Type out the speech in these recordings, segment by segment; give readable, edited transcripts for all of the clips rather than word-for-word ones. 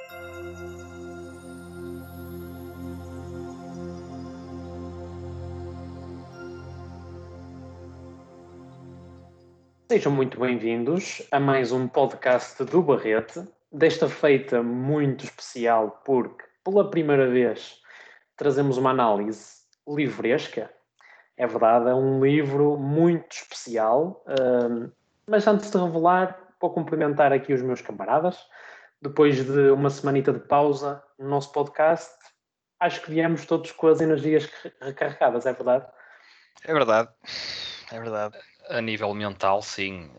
Sejam muito bem-vindos a mais um podcast do Barrete, desta feita muito especial porque, pela primeira vez, trazemos uma análise livresca. É verdade, é um livro muito especial, mas antes de revelar, vou cumprimentar aqui os meus camaradas. Depois de uma semanita de pausa no nosso podcast, acho que viemos todos com as energias recarregadas, é verdade? É verdade, é verdade. A nível mental, sim.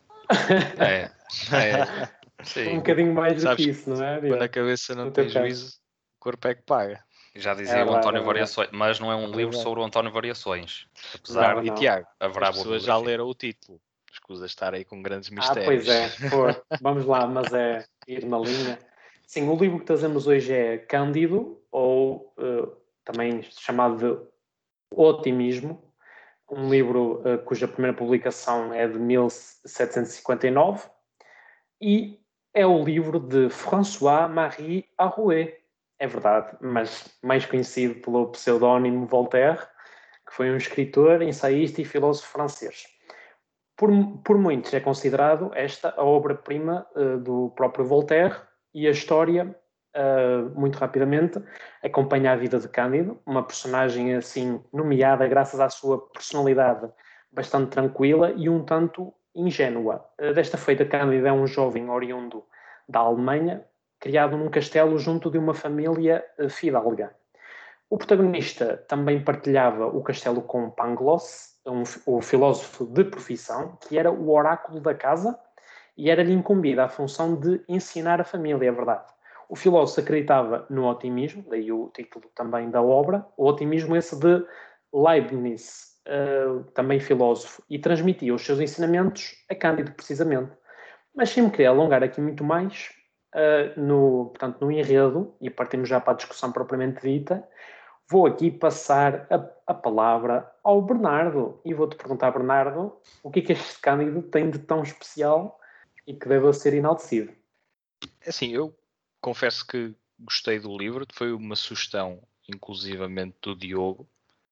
Sim. Um bocadinho mais do Sabes que isso, não é? Quando a cabeça não No tem teu caso. juízo, o corpo é que paga. Já dizia É o verdade, António é verdade. Variações, mas não é um É livro verdade. sobre o António Variações. Apesar Não, E não. Tiago, haverá as boa pessoas já biografia. leram o título. Escusa estar aí com grandes Ah, pois mistérios. é. Pô, vamos lá, mas é ir na linha. Sim, o livro que trazemos hoje é Cândido, ou também chamado de Otimismo, um livro cuja primeira publicação é de 1759 e é o livro de François-Marie Arouet. É verdade, mas mais conhecido pelo pseudónimo Voltaire, que foi um escritor, ensaísta e filósofo francês. Por muitos é considerado esta a obra-prima do próprio Voltaire, e a história, muito rapidamente, acompanha a vida de Cândido, uma personagem assim nomeada graças à sua personalidade bastante tranquila e um tanto ingênua. Desta feita, Cândido é um jovem oriundo da Alemanha, criado num castelo junto de uma família fidalga. O protagonista também partilhava o castelo com Pangloss, o filósofo de profissão, que era o oráculo da casa e era-lhe incumbida a função de ensinar a família, é verdade. O filósofo acreditava no otimismo, daí o título também da obra, o otimismo esse de Leibniz, também filósofo, e transmitia os seus ensinamentos a Cândido, precisamente. Mas sem me querer alongar aqui muito mais, portanto, no enredo, e partimos já para a discussão propriamente dita, vou aqui passar a palavra ao Bernardo e vou-te perguntar, Bernardo, o que é que este Cândido tem de tão especial e que deve ser enaltecido? Assim, eu confesso que gostei do livro. Foi uma sugestão, inclusivamente, do Diogo,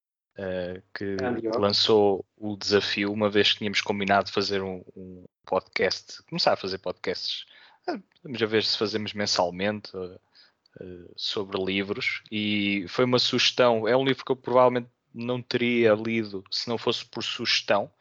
que lançou o desafio, uma vez que tínhamos combinado de fazer um podcast, começar a fazer podcasts. Vamos a ver se fazemos mensalmente sobre livros, e foi uma sugestão. É um livro que eu provavelmente não teria lido se não fosse por sugestão,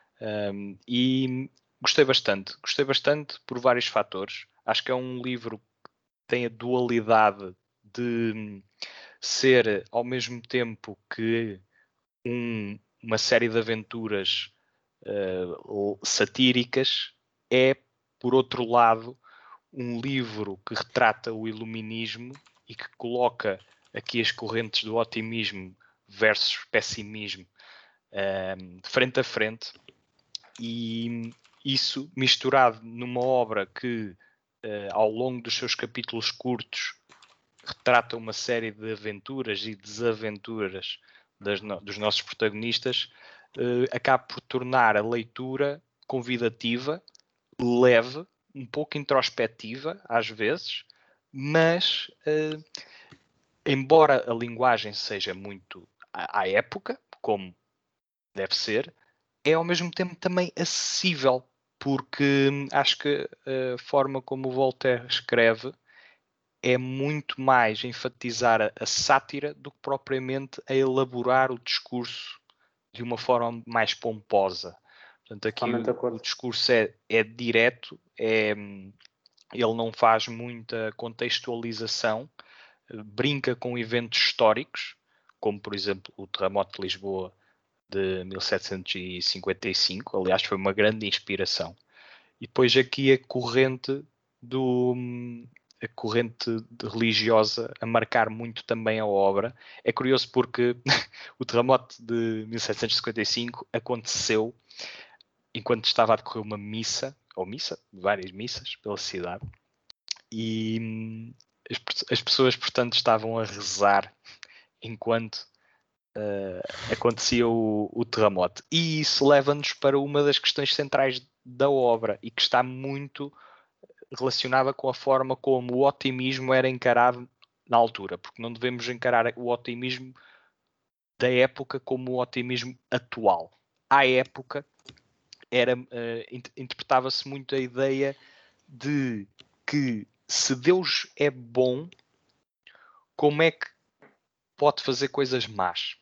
e gostei bastante por vários fatores. Acho que é um livro que tem a dualidade de ser ao mesmo tempo que uma série de aventuras satíricas, é, por outro lado, um livro que retrata o iluminismo e que coloca aqui as correntes do otimismo versus pessimismo frente a frente, e isso misturado numa obra que ao longo dos seus capítulos curtos retrata uma série de aventuras e desaventuras dos nossos protagonistas, acaba por tornar a leitura convidativa, leve, um pouco introspectiva às vezes, mas embora a linguagem seja muito à época, como deve ser, é ao mesmo tempo também acessível, porque acho que a forma como o Voltaire escreve é muito mais enfatizar a sátira do que propriamente a elaborar o discurso de uma forma mais pomposa. Portanto, aqui o discurso é direto, ele não faz muita contextualização, brinca com eventos históricos, como por exemplo o terremoto de Lisboa de 1755, aliás foi uma grande inspiração. E depois aqui a corrente religiosa a marcar muito também a obra. É curioso porque o terremoto de 1755 aconteceu enquanto estava a decorrer uma missa, várias missas pela cidade, e as pessoas, portanto, estavam a rezar enquanto acontecia o terremoto. E isso leva-nos para uma das questões centrais da obra e que está muito relacionava com a forma como o otimismo era encarado na altura, porque não devemos encarar o otimismo da época como o otimismo atual. À época, interpretava-se muito a ideia de que se Deus é bom, como é que pode fazer coisas más?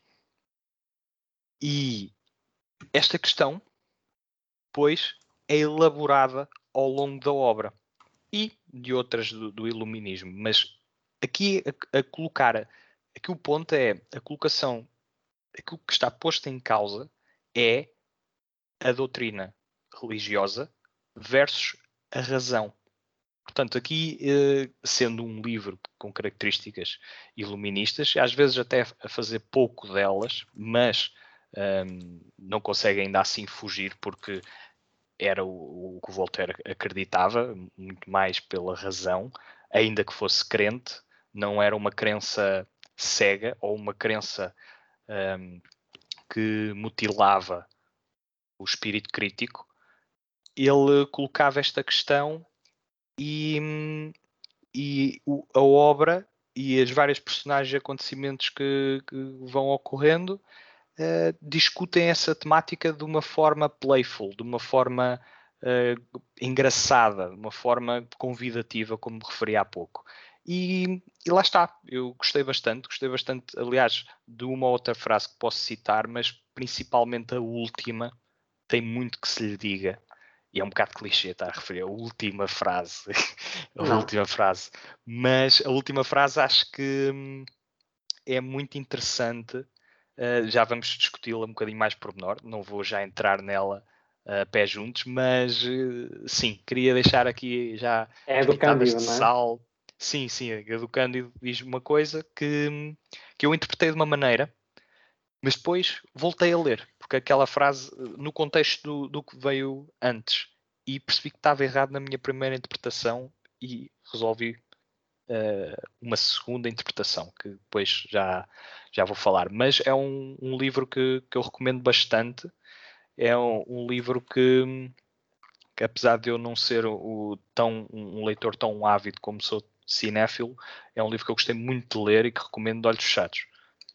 E esta questão, pois, é elaborada ao longo da obra e de outras do iluminismo. Mas aqui aqui o ponto é a colocação, aquilo que está posto em causa é a doutrina religiosa versus a razão. Portanto, aqui, sendo um livro com características iluministas, às vezes até a fazer pouco delas, mas não consegue ainda assim fugir, porque era o que o Voltaire acreditava, muito mais pela razão, ainda que fosse crente, não era uma crença cega ou uma crença que mutilava o espírito crítico. Ele colocava esta questão e a obra e as várias personagens e acontecimentos que vão ocorrendo discutem essa temática de uma forma playful, de uma forma engraçada, de uma forma convidativa, como me referi há pouco. E lá está, eu gostei bastante, aliás, de uma outra frase que posso citar, mas principalmente a última, tem muito que se lhe diga. E é um bocado clichê estar a referir a última frase. Última frase. Mas a última frase acho que é muito interessante. Já vamos discuti-la um bocadinho mais por menor. Não vou já entrar nela a pé juntos, mas sim, queria deixar aqui já é do Cândido, este não é? sal. Sim, a do Cândido diz uma coisa que eu interpretei de uma maneira, mas depois voltei a ler, porque aquela frase, no contexto do que veio antes, e percebi que estava errado na minha primeira interpretação e resolvi uma segunda interpretação, que depois já vou falar. Mas é um livro que eu recomendo bastante. É um livro que apesar de eu não ser um leitor tão ávido como sou cinéfilo, é um livro que eu gostei muito de ler e que recomendo de olhos fechados.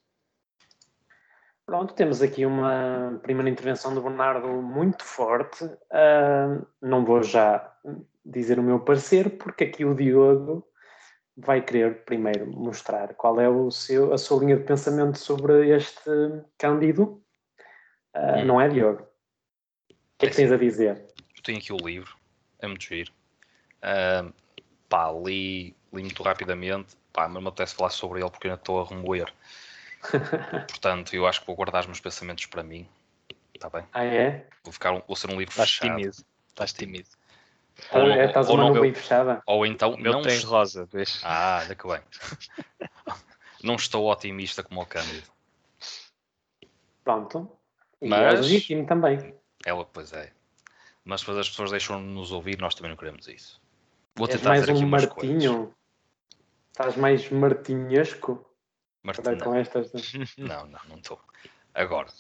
Pronto, temos aqui uma primeira intervenção do Bernardo muito forte. Não vou já dizer o meu parecer, porque aqui o Diogo vai querer primeiro mostrar qual é a sua linha de pensamento sobre este Cândido. Não é, Diogo? O que é que tens a dizer? Eu tenho aqui o livro, é muito giro. Li muito rapidamente, mas não me apetece falar sobre ele porque ainda estou a remoer. Portanto, eu acho que vou guardar os meus pensamentos para mim. Está bem? Ah, é? Vou ser um livro fechado. Estás tímido. Estás uma nuvem fechada? Ou então, o meu tem rosa, vês? Olha que bem. Não estou otimista como o Cândido. Pronto. E Mas... é legítimo também. Pois é. Mas depois as pessoas deixam-nos ouvir, nós também não queremos isso. Vou tentar mais dizer aqui umas Martinho? Estás mais martinhesco? Martinho. Com estas... Não estou. Agora,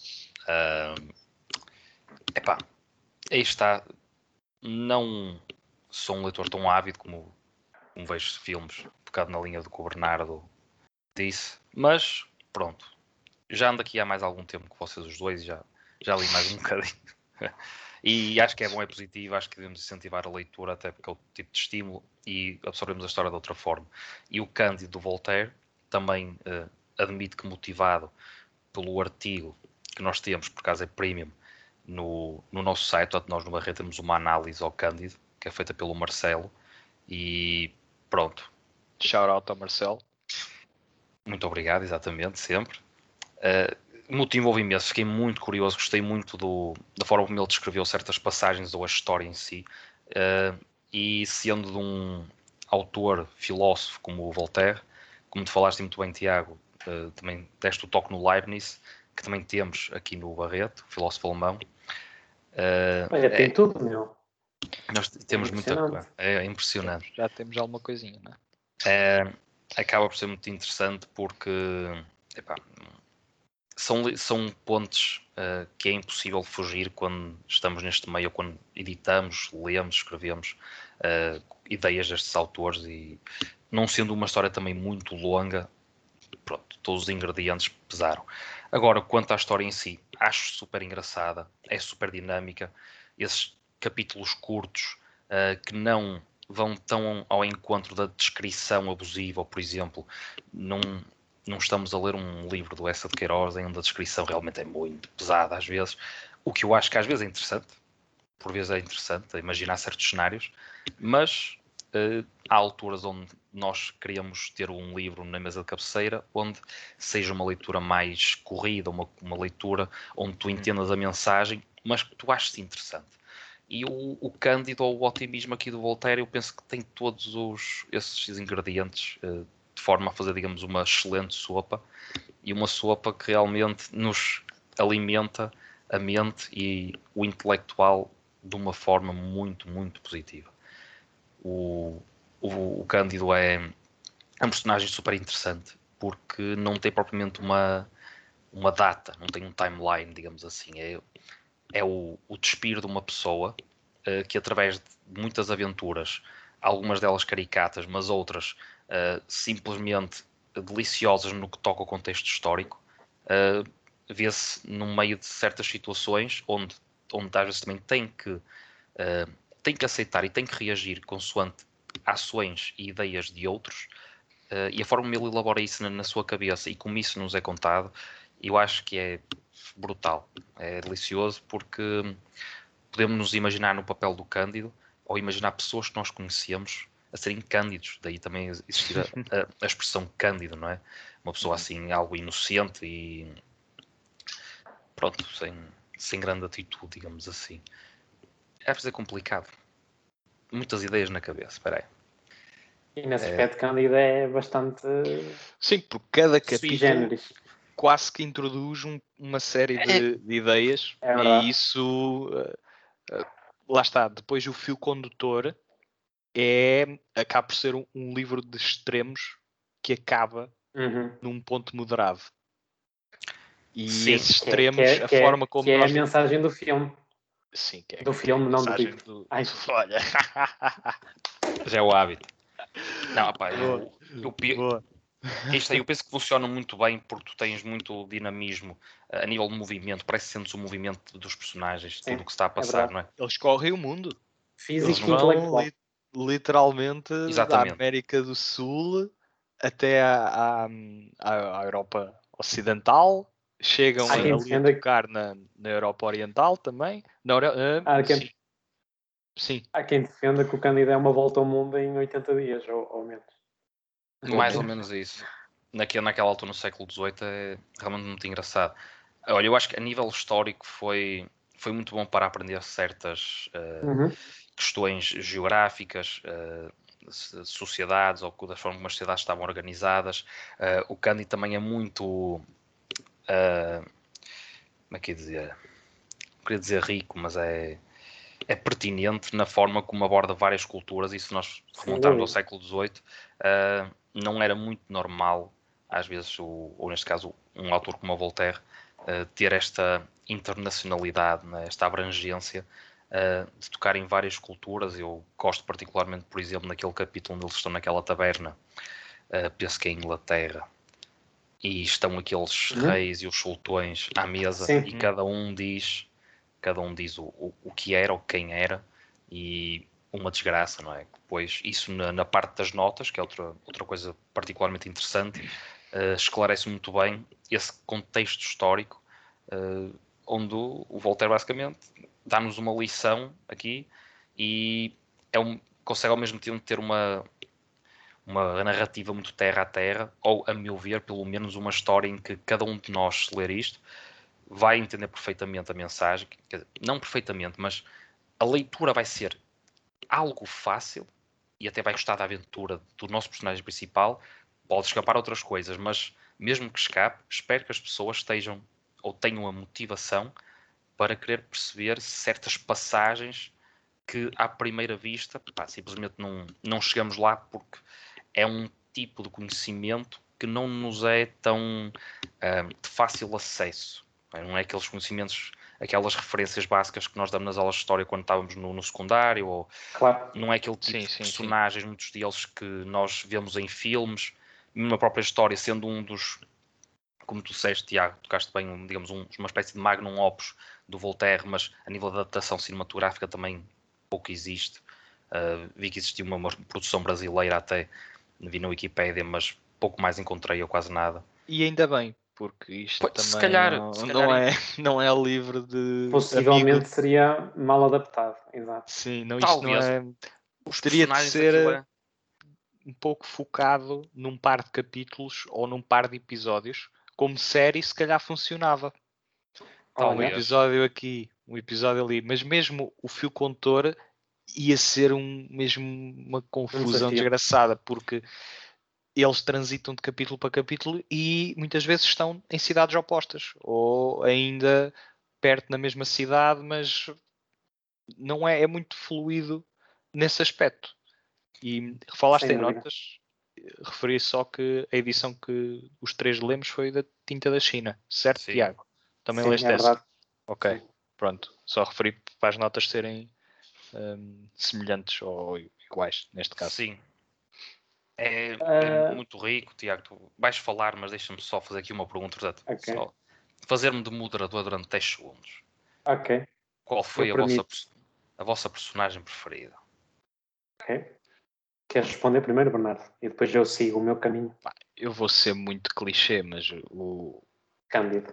aí está. Não sou um leitor tão ávido como vejo filmes, um bocado na linha do que o Bernardo disse, mas pronto. Já ando aqui há mais algum tempo que vocês os dois, já li mais um bocadinho. E acho que é bom, é positivo, acho que devemos incentivar a leitura, até porque é o tipo de estímulo e absorvemos a história de outra forma. E o Cândido do Voltaire também admite que, motivado pelo artigo que nós temos, por acaso é premium, no nosso site, portanto, nós no Barreto temos uma análise ao Cândido, que é feita pelo Marcelo, e pronto. Shout out ao Marcelo. Muito obrigado, exatamente, sempre. Motivou-me imenso, fiquei muito curioso, gostei muito da forma como ele descreveu certas passagens ou a história em si, e sendo de um autor filósofo como o Voltaire, como te falaste muito bem, Tiago, também deste o toque no Leibniz, que também temos aqui no Barreto, filósofo alemão. Tem tudo, meu. Nós temos muita coisa, é impressionante. Já temos alguma coisinha, não é? Acaba por ser muito interessante porque são pontos que é impossível fugir quando estamos neste meio, ou quando editamos, lemos, escrevemos. ideias destes autores e não sendo uma história também muito longa, pronto, todos os ingredientes pesaram. Agora, quanto à história em si, acho super engraçada, é super dinâmica, esses capítulos curtos que não vão tão ao encontro da descrição abusiva, ou, por exemplo, não estamos a ler um livro do Essa de Queiroz onde a descrição realmente é muito pesada às vezes, o que eu acho que às vezes é interessante, por vezes é interessante imaginar certos cenários, mas há alturas onde nós queríamos ter um livro na mesa de cabeceira onde seja uma leitura mais corrida, uma leitura onde tu entendas a mensagem, mas que tu aches interessante. E o Cândido ou o otimismo aqui do Voltaire, eu penso que tem todos esses ingredientes de forma a fazer, digamos, uma excelente sopa, e uma sopa que realmente nos alimenta a mente e o intelectual de uma forma muito, muito positiva. O Cândido é um personagem super interessante porque não tem propriamente uma data, não tem um timeline, digamos assim. É o despir de uma pessoa que através de muitas aventuras, algumas delas caricatas, mas outras simplesmente deliciosas no que toca ao contexto histórico, vê-se no meio de certas situações onde às vezes também tem que aceitar e tem que reagir consoante ações e ideias de outros, e a forma como ele elabora isso na sua cabeça e como isso nos é contado, eu acho que é brutal, é delicioso, porque podemos nos imaginar no papel do Cândido ou imaginar pessoas que nós conhecemos a serem cândidos, daí também existir a expressão cândido, não é? Uma pessoa assim, algo inocente e pronto, sem grande atitude, digamos assim. É para ser complicado. Muitas ideias na cabeça, espera aí. E nesse aspecto, Cândido é bastante sim, porque cada sui capítulo generis. quase que introduz uma série de ideias, e isso lá está, depois o fio condutor acaba por ser um livro de extremos que acaba num ponto moderado. E sim, esses extremos, a forma como que nós... é a mensagem do filme. Sim, que é do filme, não do livro. Olha. Já é o hábito. Não, pá, Boa. Isto aí eu penso que funciona muito bem porque tu tens muito dinamismo a nível de movimento, parece que sentes o movimento dos personagens, Sim, tudo o que está a passar, não é? Eles correm o mundo. Físico Eles e intelectual. literalmente da Exatamente. América do Sul até à Europa Ocidental. Chegam Sim. ali a tocar na Europa Oriental também. Sim. Há quem defenda que o Cândido é uma volta ao mundo em 80 dias, ou menos. Mais ou menos isso. Naquela altura, no século XVIII, é realmente muito engraçado. Olha, eu acho que a nível histórico foi muito bom para aprender certas questões geográficas, sociedades, ou da forma como as sociedades estavam organizadas. O Cândido também é muito... como é que ia dizer? Não queria dizer rico, mas é pertinente na forma como aborda várias culturas, e se nós remontarmos ao século XVIII, não era muito normal, às vezes, ou neste caso, um autor como o Voltaire, ter esta internacionalidade, né, esta abrangência de tocar em várias culturas. Eu gosto particularmente, por exemplo, naquele capítulo onde eles estão naquela taberna, penso que é em Inglaterra, e estão aqueles reis e os sultões à mesa. Sim. E cada um diz o que era ou quem era, e uma desgraça, não é? Depois, isso na parte das notas, que é outra coisa particularmente interessante, esclarece muito bem esse contexto histórico, onde o Voltaire basicamente dá-nos uma lição aqui, e consegue ao mesmo tempo ter uma narrativa muito terra a terra, ou, a meu ver, pelo menos uma história em que cada um de nós, se ler isto, vai entender perfeitamente a mensagem. Quer dizer, não perfeitamente, mas a leitura vai ser algo fácil e até vai gostar da aventura do nosso personagem principal. Pode escapar a outras coisas, mas mesmo que escape, espero que as pessoas estejam ou tenham a motivação para querer perceber certas passagens que, à primeira vista, simplesmente não chegamos lá, porque é um tipo de conhecimento que não nos é tão de fácil acesso. Não é aqueles conhecimentos aquelas referências básicas que nós damos nas aulas de história quando estávamos no secundário, ou Claro. não é aquele tipo de personagens, muitos deles que nós vemos em filmes, na própria história, sendo um dos, como tu disseste, Tiago, tocaste bem, digamos, uma espécie de magnum opus do Voltaire, mas a nível de adaptação cinematográfica também pouco existe. Vi que existia uma produção brasileira até, vi na Wikipédia, mas pouco mais encontrei, ou quase nada. E ainda bem, porque isto Pois, também se calhar não é livre de possivelmente amigo. seria mal adaptado, exato. Sim, não, isto Talvez. não é. Os Teria de personagens ser daquilo um pouco focado num par de capítulos ou num par de episódios. Como série, se calhar funcionava. Um episódio aqui, um episódio ali, mas mesmo o fio condutor ia ser mesmo uma confusão desgraçada, porque eles transitam de capítulo para capítulo e muitas vezes estão em cidades opostas ou ainda perto na mesma cidade, mas não é muito fluido nesse aspecto. E falaste em notas, referi só que a edição que os três lemos foi da Tinta da China, certo, Sim. Tiago? Também Sim, leste é essa? verdade. Ok, Sim. pronto. Só referi para as notas serem semelhantes ou iguais, neste caso. Sim. É muito rico, Tiago. Tu vais falar, mas deixa-me só fazer aqui uma pergunta. Portanto, só fazer-me de moderador durante 10 segundos. Ok. Qual foi a vossa personagem preferida? Ok. Queres responder primeiro, Bernardo? E depois eu sigo o meu caminho. Eu vou ser muito clichê, mas o Cândido.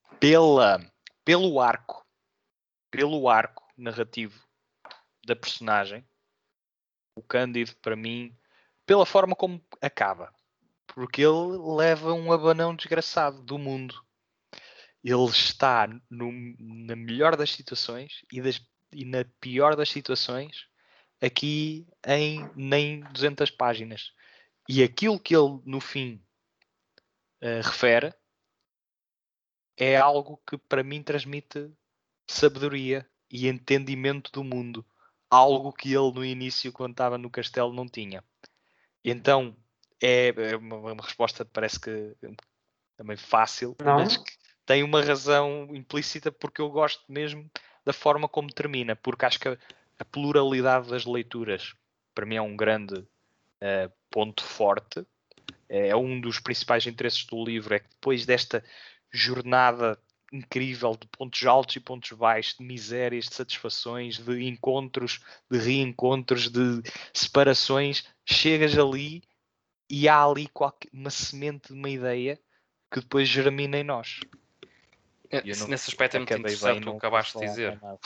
pelo arco narrativo da personagem, o Cândido, para mim, pela forma como acaba, porque ele leva um abanão desgraçado do mundo. Ele está na melhor das situações e na pior das situações aqui em nem 200 páginas. E aquilo que ele, no fim, refere é algo que, para mim, transmite sabedoria e entendimento do mundo. Algo que ele, no início, quando estava no castelo, não tinha. Então, é uma resposta, parece que também fácil, Não? mas que tem uma razão implícita, porque eu gosto mesmo da forma como termina, porque acho que a pluralidade das leituras, para mim, é um grande ponto forte. É um dos principais interesses do livro, é que depois desta jornada incrível de pontos altos e pontos baixos, de misérias, de satisfações, de encontros, de reencontros, de separações, chegas ali e há ali uma semente de uma ideia que depois germina em nós. Nesse aspecto é muito interessante o que acabaste de dizer. Não,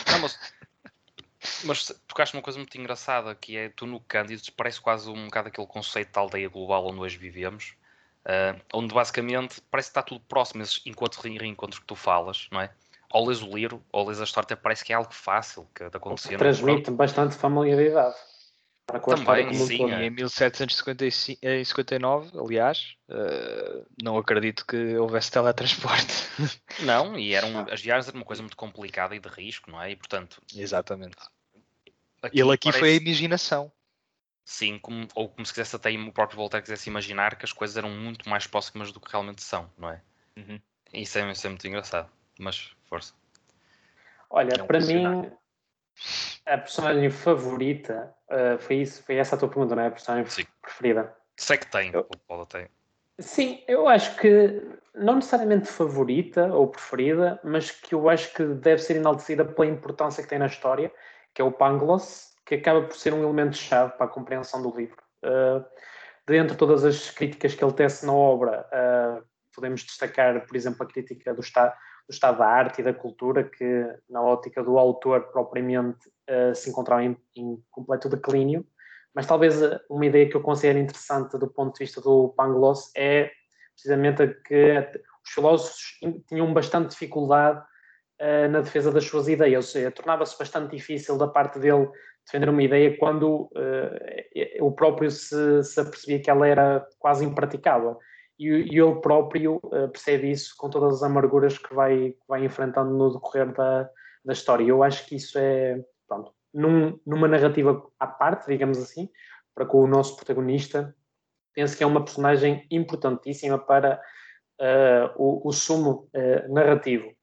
mas tocaste numa coisa muito engraçada, que é tu no Cândido, parece quase um bocado aquele conceito de aldeia global onde hoje vivemos, onde basicamente parece que está tudo próximo, esses encontros e reencontros que tu falas, não é? Ao lês o livro, ao lês a história, até parece que é algo fácil de acontecer. Transmite bastante familiaridade. Também, sim. Em 1759, aliás, não acredito que houvesse teletransporte. Não, e as viagens eram uma coisa muito complicada e de risco, não é? E portanto... Exatamente. Ele aqui foi a imaginação. Sim, ou como se quisesse até o próprio Voltaire quisesse imaginar que as coisas eram muito mais próximas do que realmente são, não é? Uhum. Isso é muito engraçado. Mas, força. Olha, para mim, a personagem favorita foi essa a tua pergunta, não é? A personagem preferida. Sei que tem, pode ter. Sim, eu acho que não necessariamente favorita ou preferida, mas que eu acho que deve ser enaltecida pela importância que tem na história, que é o Pangloss, que acaba por ser um elemento-chave para a compreensão do livro. Dentre todas as críticas que ele tece na obra, podemos destacar, por exemplo, a crítica do estado da arte e da cultura, que na ótica do autor propriamente se encontrava em completo declínio. Mas talvez uma ideia que eu considero interessante do ponto de vista do Pangloss é precisamente que os filósofos tinham bastante dificuldade na defesa das suas ideias, ou seja, tornava-se bastante difícil da parte dele defender uma ideia quando o próprio se apercebia que ela era quase impraticável. E ele próprio percebe isso com todas as amarguras que vai enfrentando no decorrer da história. Eu acho que isso é, pronto, numa narrativa à parte, digamos assim, para com o nosso protagonista, penso que é uma personagem importantíssima para o sumo narrativo.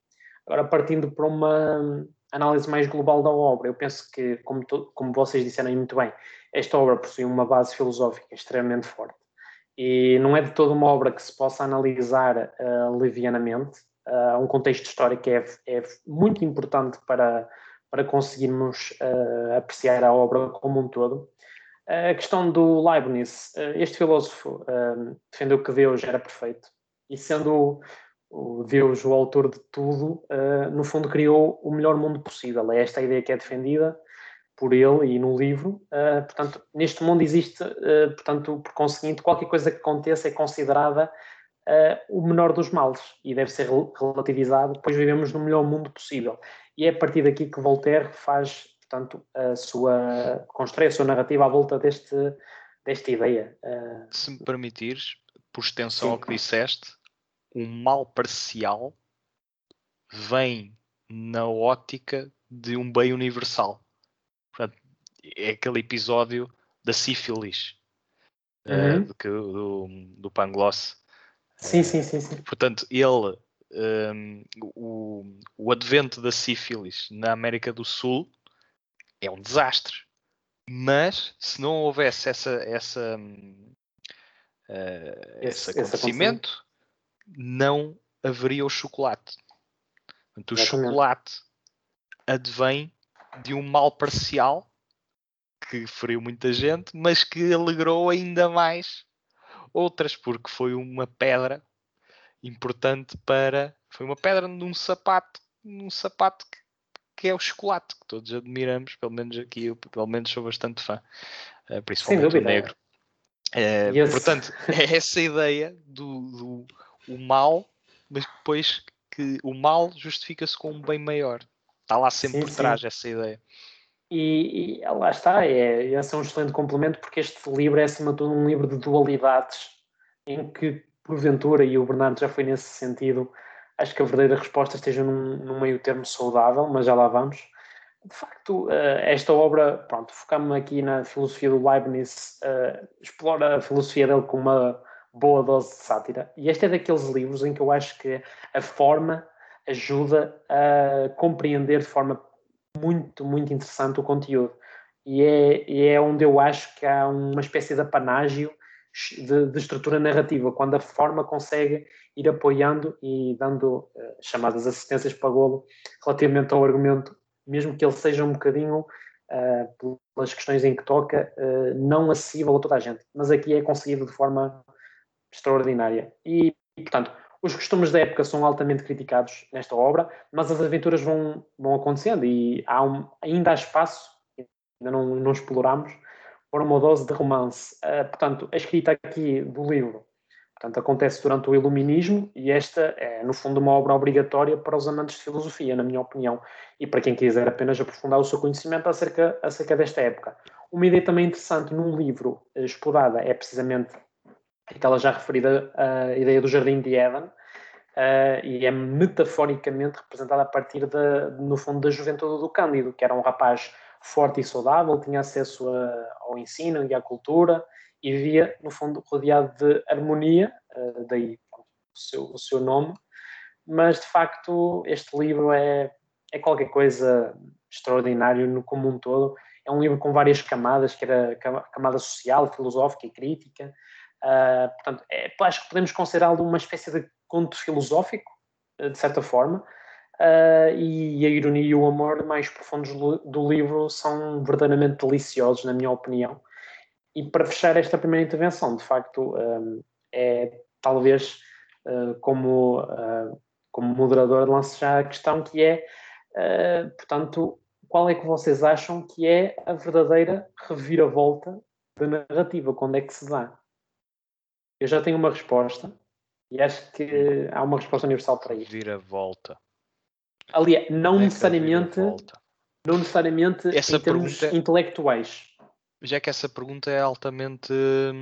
Agora, partindo para uma análise mais global da obra, eu penso que, como vocês disseram muito bem, esta obra possui uma base filosófica extremamente forte. E não é de toda uma obra que se possa analisar levianamente. Um contexto histórico é muito importante para conseguirmos apreciar a obra como um todo. A questão do Leibniz, este filósofo defendeu que Deus era perfeito, e sendo o Deus o autor de tudo, no fundo criou o melhor mundo possível. É esta a ideia que é defendida por ele e no livro. Portanto, neste mundo existe, portanto, por conseguinte, qualquer coisa que aconteça é considerada o menor dos males e deve ser relativizado, pois vivemos no melhor mundo possível. E é a partir daqui que Voltaire faz, portanto, constrói a sua narrativa à volta desta ideia. Se me permitires, por extensão ao que disseste, o mal parcial vem na ótica de um bem universal. Portanto, é aquele episódio da sífilis do Pangloss. Sim. Portanto, ele, o advento da sífilis na América do Sul é um desastre. Mas se não houvesse esse acontecimento, não haveria o chocolate. Portanto, o chocolate advém de um mal parcial que feriu muita gente, mas que alegrou ainda mais outras, porque foi uma pedra importante foi uma pedra num sapato que é o chocolate, que todos admiramos, pelo menos aqui, eu pelo menos sou bastante fã, principalmente o negro. Portanto, é essa ideia do mal, mas depois que o mal justifica-se com um bem maior. Está lá sempre por trás essa ideia. E lá está, esse é um excelente complemento, porque este livro é acima de tudo um livro de dualidades, em que porventura, e o Bernardo já foi nesse sentido, acho que a verdadeira resposta esteja num meio termo saudável, mas já lá vamos. De facto, esta obra, pronto, focamos aqui na filosofia do Leibniz, explora a filosofia dele com uma boa dose de sátira, e este é daqueles livros em que eu acho que a forma ajuda a compreender de forma muito, muito interessante o conteúdo. E é onde eu acho que há uma espécie de apanágio de estrutura narrativa, quando a forma consegue ir apoiando e dando chamadas assistências para golo relativamente ao argumento, mesmo que ele seja um bocadinho, pelas questões em que toca, não acessível a toda a gente. Mas aqui é conseguido de forma extraordinária. E portanto, os costumes da época são altamente criticados nesta obra, mas as aventuras vão acontecendo e ainda há espaço, ainda não exploramos, para uma dose de romance. Portanto, a escrita aqui do livro, portanto, acontece durante o Iluminismo, e esta é, no fundo, uma obra obrigatória para os amantes de filosofia, na minha opinião, e para quem quiser apenas aprofundar o seu conhecimento acerca desta época. Uma ideia também interessante num livro explorada é precisamente aquela já referida, a ideia do Jardim de Éden, e é metaforicamente representada a partir, no fundo, da juventude do Cândido, que era um rapaz forte e saudável, tinha acesso ao ensino e à cultura, e vivia, no fundo, rodeado de harmonia, daí o seu nome, mas, de facto, este livro é qualquer coisa extraordinário no como um todo. É um livro com várias camadas, que era camada social, filosófica e crítica. Portanto, acho que podemos considerá-lo uma espécie de conto filosófico, de certa forma, e a ironia e o amor mais profundos do livro são verdadeiramente deliciosos, na minha opinião. E para fechar esta primeira intervenção, de facto, é talvez como moderador lance já a questão que é, portanto, qual é que vocês acham que é a verdadeira reviravolta da narrativa? Quando é que se dá? Eu já tenho uma resposta e acho que há uma resposta universal para isto. Reviravolta. Aliás, não necessariamente essa em termos intelectuais. Já que essa pergunta é altamente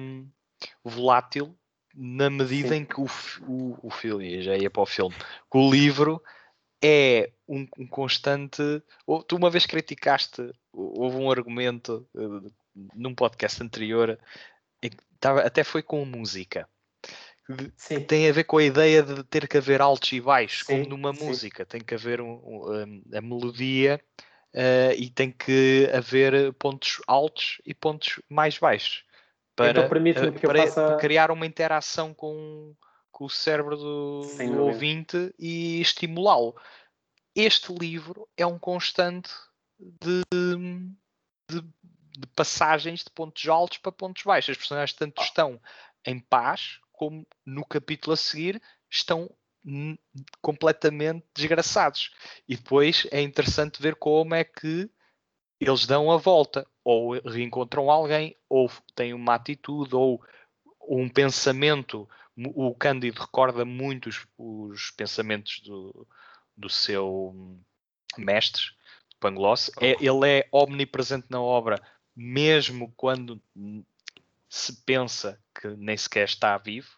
volátil, na medida em que o filme, já ia para o filme, que o livro é um constante. Tu uma vez criticaste, houve um argumento num podcast anterior, até foi com música. que tem a ver com a ideia de ter que haver altos e baixos, sim, como numa música. Tem que haver a melodia e tem que haver pontos altos e pontos mais baixos. Então permite-me que eu faça... para criar uma interação com o cérebro do ouvinte e estimulá-lo. Este livro é um constante de passagens de pontos altos para pontos baixos. As personagens tanto estão em paz, como no capítulo a seguir estão completamente desgraçados. E depois é interessante ver como é que eles dão a volta, ou reencontram alguém, ou têm uma atitude, ou um pensamento. O Cândido recorda muito os pensamentos do seu mestre, Pangloss. Ele é omnipresente na obra, mesmo quando se pensa que nem sequer está vivo.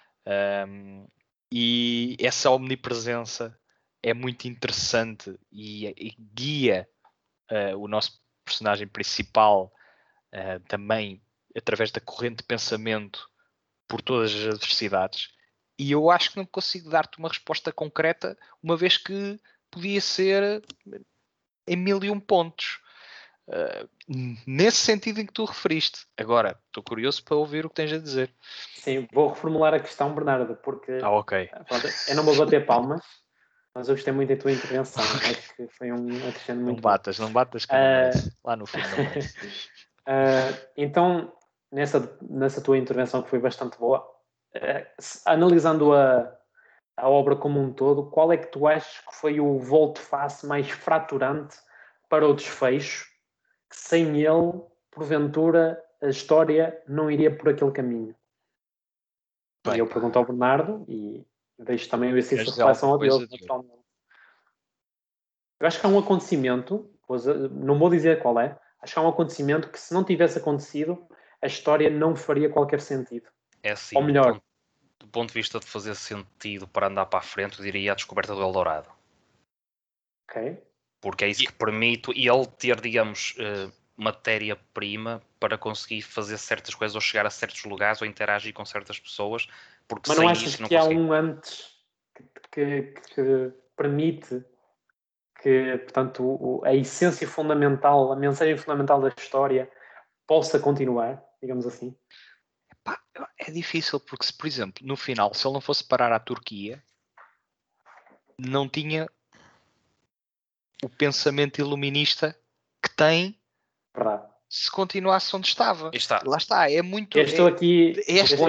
E essa omnipresença é muito interessante e guia o nosso personagem principal também através da corrente de pensamento por todas as adversidades. E eu acho que não consigo dar-te uma resposta concreta, uma vez que podia ser em 1001 pontos. Nesse sentido em que tu referiste. Agora, estou curioso para ouvir o que tens a dizer. Sim, vou reformular a questão, Bernardo, porque ok. Pronto, eu não vou bater palmas, mas eu gostei muito da tua intervenção. Acho que foi um acrescento muito bom. Não batas que não merece. Lá no fim não merece. Então, nessa tua intervenção que foi bastante boa, analisando a obra como um todo, qual é que tu achas que foi o volte-face mais fraturante para o desfecho, que sem ele, porventura, a história não iria por aquele caminho? Bem, e eu pergunto ao Bernardo e deixo também o exercício de reflexão ao Diogo, naturalmente. Eu acho que há um acontecimento, não vou dizer qual é, acho que há um acontecimento que, se não tivesse acontecido, a história não faria qualquer sentido. É assim, ou melhor, do ponto de vista de fazer sentido para andar para a frente, eu diria a descoberta do Eldorado. Ok. Porque é isso que permite ele ter, digamos, matéria-prima para conseguir fazer certas coisas ou chegar a certos lugares ou interagir com certas pessoas. Porque mas não achas que há um antes que permite que, portanto, a essência fundamental, a mensagem fundamental da história possa continuar, digamos assim? É difícil, porque se, por exemplo, no final, se ele não fosse parar à Turquia, não tinha o pensamento iluminista que tem. Verdade. Se continuasse onde estava. Está. Lá está, é muito. Eu estou aqui,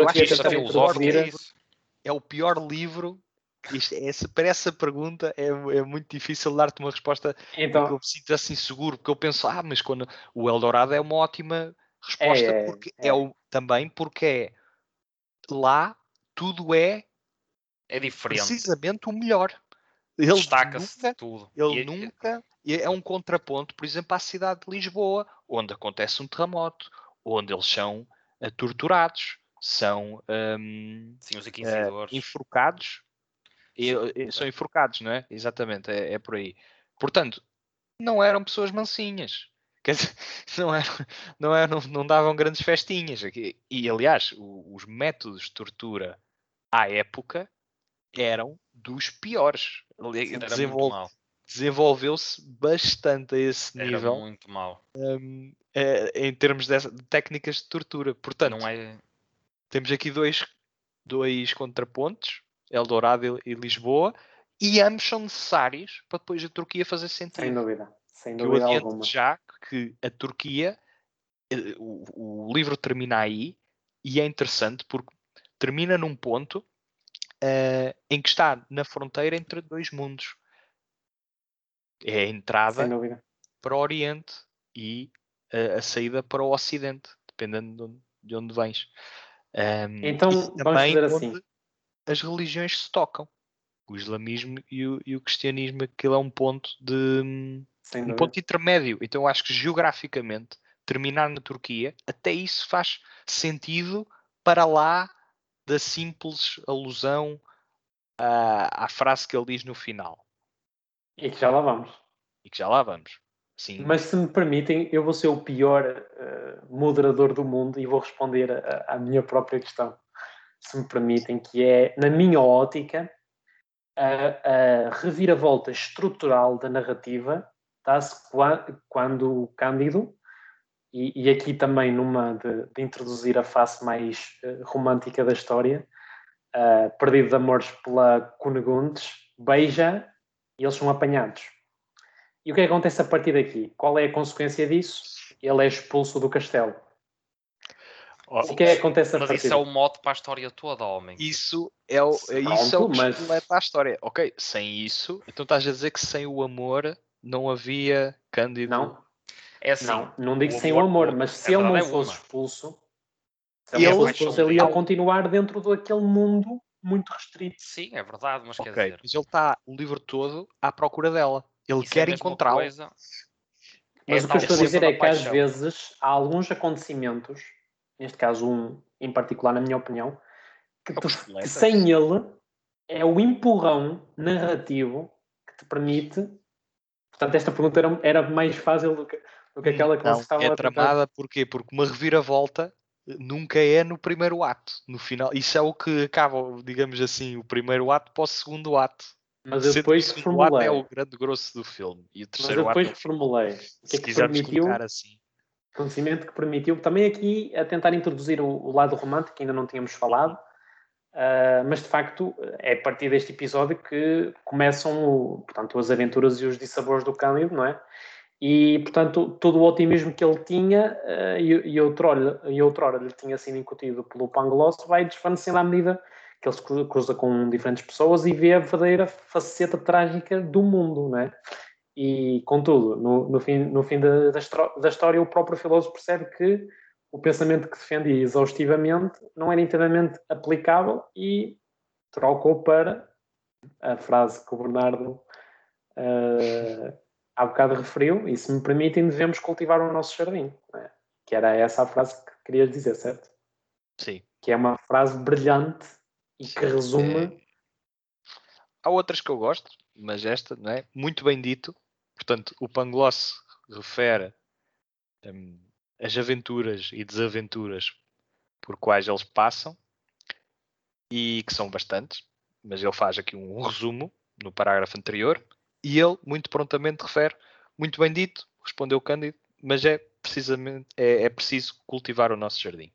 é o pior livro. Para essa pergunta é muito difícil dar-te uma resposta então, que eu me sinto assim seguro, porque eu penso, mas quando o Eldorado é uma ótima resposta, também porque lá tudo é diferente. Precisamente o melhor. Destaca-se tudo. Ele nunca é um contraponto, por exemplo, à cidade de Lisboa, onde acontece um terremoto, onde eles são torturados, são sim, os inquisidores. enforcados. São enforcados, não é? Exatamente, é por aí. Portanto, não eram pessoas mansinhas. Quer dizer, não davam grandes festinhas. E, aliás, os métodos de tortura à época eram dos piores. Desenvolveu-se bastante a esse nível. Era muito mal. Em termos de técnicas de tortura. Portanto, temos aqui dois contrapontos, Eldorado e Lisboa, e ambos são necessários para depois a Turquia fazer sentido. Sem dúvida. Sem dúvida eu adianto alguma. Já que a Turquia, o livro termina aí, e é interessante porque termina num ponto em que está na fronteira entre dois mundos. É a entrada para o Oriente e a saída para o Ocidente, dependendo de onde vens. Então, vamos fazer assim. As religiões se tocam. O islamismo e o cristianismo, aquilo é um ponto ponto intermédio. Então eu acho que geograficamente terminar na Turquia, até isso faz sentido para lá da simples alusão à frase que ele diz no final. E que já lá vamos. Sim. Mas se me permitem, eu vou ser o pior moderador do mundo e vou responder à minha própria questão. se me permitem, que é, na minha ótica, a reviravolta estrutural da narrativa dá-se quando o Cândido, e aqui também numa de introduzir a face mais romântica da história, perdido de amores pela Cunegondes, beija e eles são apanhados. E o que acontece a partir daqui? Qual é a consequência disso? Ele é expulso do castelo. O que acontece a partir Mas isso é o mote para a história toda, homem. Isso é o que leva à história. Ok, sem isso, então estás a dizer que sem o amor não havia Cândido? Não. É assim. Não digo sem o amor, mas se ele não fosse expulso, ele ia continuar dentro daquele mundo muito restrito. Sim, é verdade, mas quer dizer... Mas ele está o livro todo à procura dela. Ele quer encontrá-la. Mas o que eu estou a dizer é que às vezes há alguns acontecimentos, neste caso um em particular, na minha opinião, que sem ele é o empurrão narrativo que te permite... Portanto, esta pergunta era mais fácil do que aquela que vocês estavam a tentar. É tramada porquê? Porque uma reviravolta nunca é no primeiro ato. No final, isso é o que acaba, digamos assim, o primeiro ato para o segundo ato. Mas eu depois o segundo ato é o grande grosso do filme. E o terceiro ato formulei. O que é que permitiu, assim. Conhecimento que permitiu, também aqui a tentar introduzir o lado romântico, que ainda não tínhamos falado, mas de facto é a partir deste episódio que começam portanto, as aventuras e os dissabores do Cândido, não é? E, portanto, todo o otimismo que ele tinha e outrora lhe tinha sido incutido pelo Pangloss vai desvanecendo à medida que ele se cruza com diferentes pessoas e vê a verdadeira faceta trágica do mundo, não é? E, contudo, no fim da história, o próprio filósofo percebe que o pensamento que defendia exaustivamente não era inteiramente aplicável e trocou para a frase que o Bernardo há bocado referiu, e se me permitem, devemos cultivar o nosso jardim. Né? Que era essa a frase que querias dizer, certo? Sim. Que é uma frase brilhante e que resume... Há outras que eu gosto, mas esta, não é? Muito bem dito. Portanto, o Pangloss refere as aventuras e desaventuras por quais eles passam, e que são bastantes, mas ele faz aqui um resumo no parágrafo anterior, e ele muito prontamente refere, muito bem dito, respondeu Cândido, mas é preciso cultivar o nosso jardim.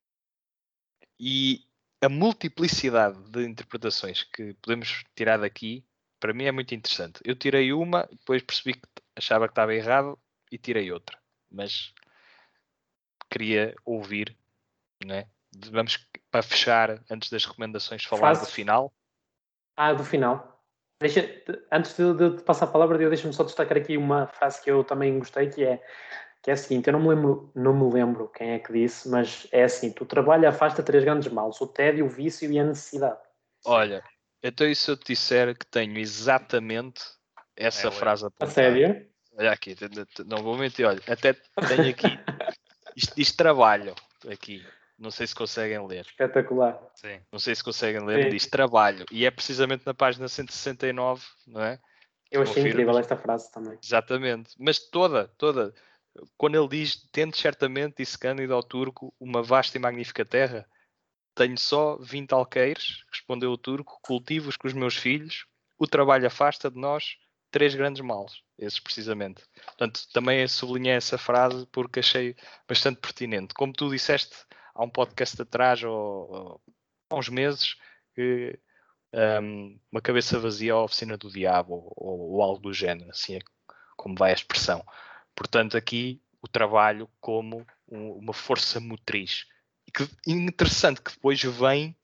E a multiplicidade de interpretações que podemos tirar daqui, para mim é muito interessante. Eu tirei uma, depois percebi que achava que estava errado e tirei outra, mas queria ouvir, não é? Vamos, para fechar, antes das recomendações, falar do final. Do final. Antes de passar a palavra, deixa-me só destacar aqui uma frase que eu também gostei, que é a seguinte: eu não me lembro quem é que disse, mas é assim: tu trabalho afasta 3 grandes males: o tédio, o vício e a necessidade. Olha, então e se eu te disser que tenho exatamente essa frase apontada? A sério? Olha aqui, não vou mentir, olha, até tenho aqui, isto diz trabalho, aqui, não sei se conseguem ler. Espetacular. Sim. Não sei se conseguem ler, diz trabalho, e é precisamente na página 169, não é? Eu achei incrível esta frase também. Exatamente, mas toda, quando ele diz, tente certamente, disse Cândido ao turco, uma vasta e magnífica terra, tenho só 20 alqueires, respondeu o turco, cultivo-os com os meus filhos, o trabalho afasta de nós 3 grandes males, esses precisamente. Portanto, também sublinhei essa frase porque achei bastante pertinente. Como tu disseste, há um podcast atrás, ou há uns meses, que uma cabeça vazia à oficina do diabo, ou algo do género, assim é como vai a expressão. Portanto, aqui o trabalho como uma força motriz. Que interessante que depois vem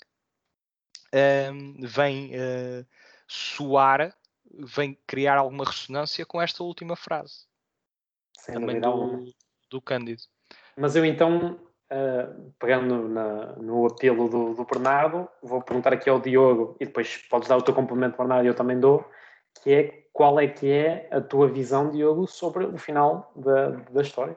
soar, vem criar alguma ressonância com esta última frase. Sem também do Cândido. Mas eu então, pegando no apelo do Bernardo, vou perguntar aqui ao Diogo, e depois podes dar o teu complemento, Bernardo, e eu também dou, que é qual é que é a tua visão, Diogo, sobre o final da história?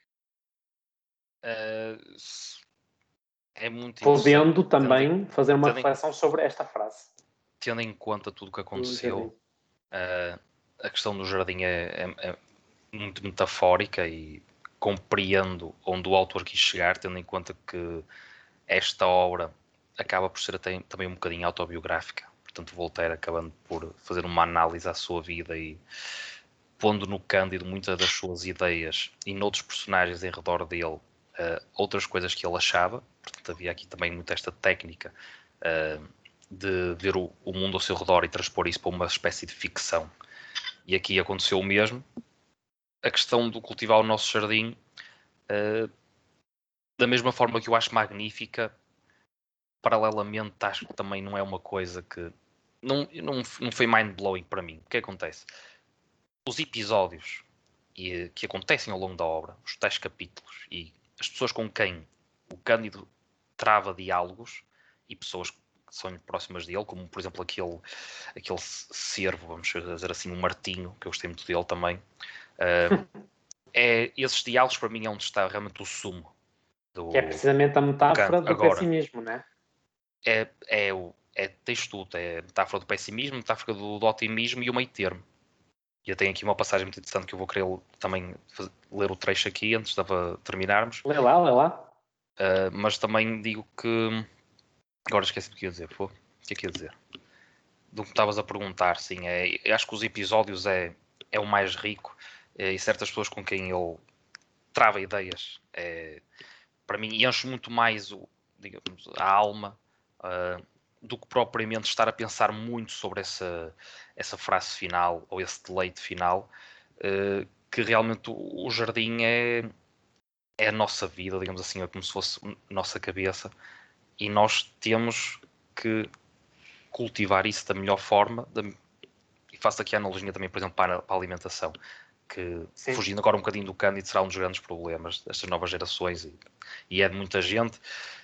É muito podendo também fazer uma reflexão sobre esta frase. Tendo em conta tudo o que aconteceu, a questão do jardim é muito metafórica e compreendo onde o autor quis chegar, tendo em conta que esta obra acaba por ser até, também um bocadinho autobiográfica. Portanto, Voltaire acabando por fazer uma análise à sua vida e pondo no Cândido muitas das suas ideias e noutros personagens em redor dele outras coisas que ele achava. Portanto, havia aqui também muito esta técnica de ver o mundo ao seu redor e transpor isso para uma espécie de ficção. E aqui aconteceu o mesmo. A questão do cultivar o nosso jardim, da mesma forma que eu acho magnífica, paralelamente acho que também não é uma coisa que não foi mind-blowing para mim. O que acontece? Os episódios que acontecem ao longo da obra, os tais capítulos e as pessoas com quem o Cândido trava diálogos e pessoas que são próximas dele, como por exemplo aquele cervo, vamos dizer assim, um Martinho, que eu gostei muito dele também. Esses diálogos para mim é onde está realmente o sumo. Que é precisamente a metáfora do pessimismo, não é? Tens tudo, é a metáfora do pessimismo, a metáfora do otimismo e o meio termo. E eu tenho aqui uma passagem muito interessante que eu vou querer também ler o trecho aqui antes de terminarmos. Lê lá. Mas também digo que... Agora esqueci do que ia dizer. O que é que ia dizer? Do que estavas a perguntar, sim. Eu acho que os episódios é o mais rico e certas pessoas com quem ele trava ideias. Para mim, enche muito mais digamos, a alma do que propriamente estar a pensar muito sobre essa frase final ou esse deleite final, que realmente o jardim é a nossa vida, digamos assim, é como se fosse a nossa cabeça, e nós temos que cultivar isso da melhor forma, e faço aqui a analogia também, por exemplo, para a alimentação, que Sim. Fugindo agora um bocadinho do Cândido, será um dos grandes problemas destas novas gerações, e é de muita gente.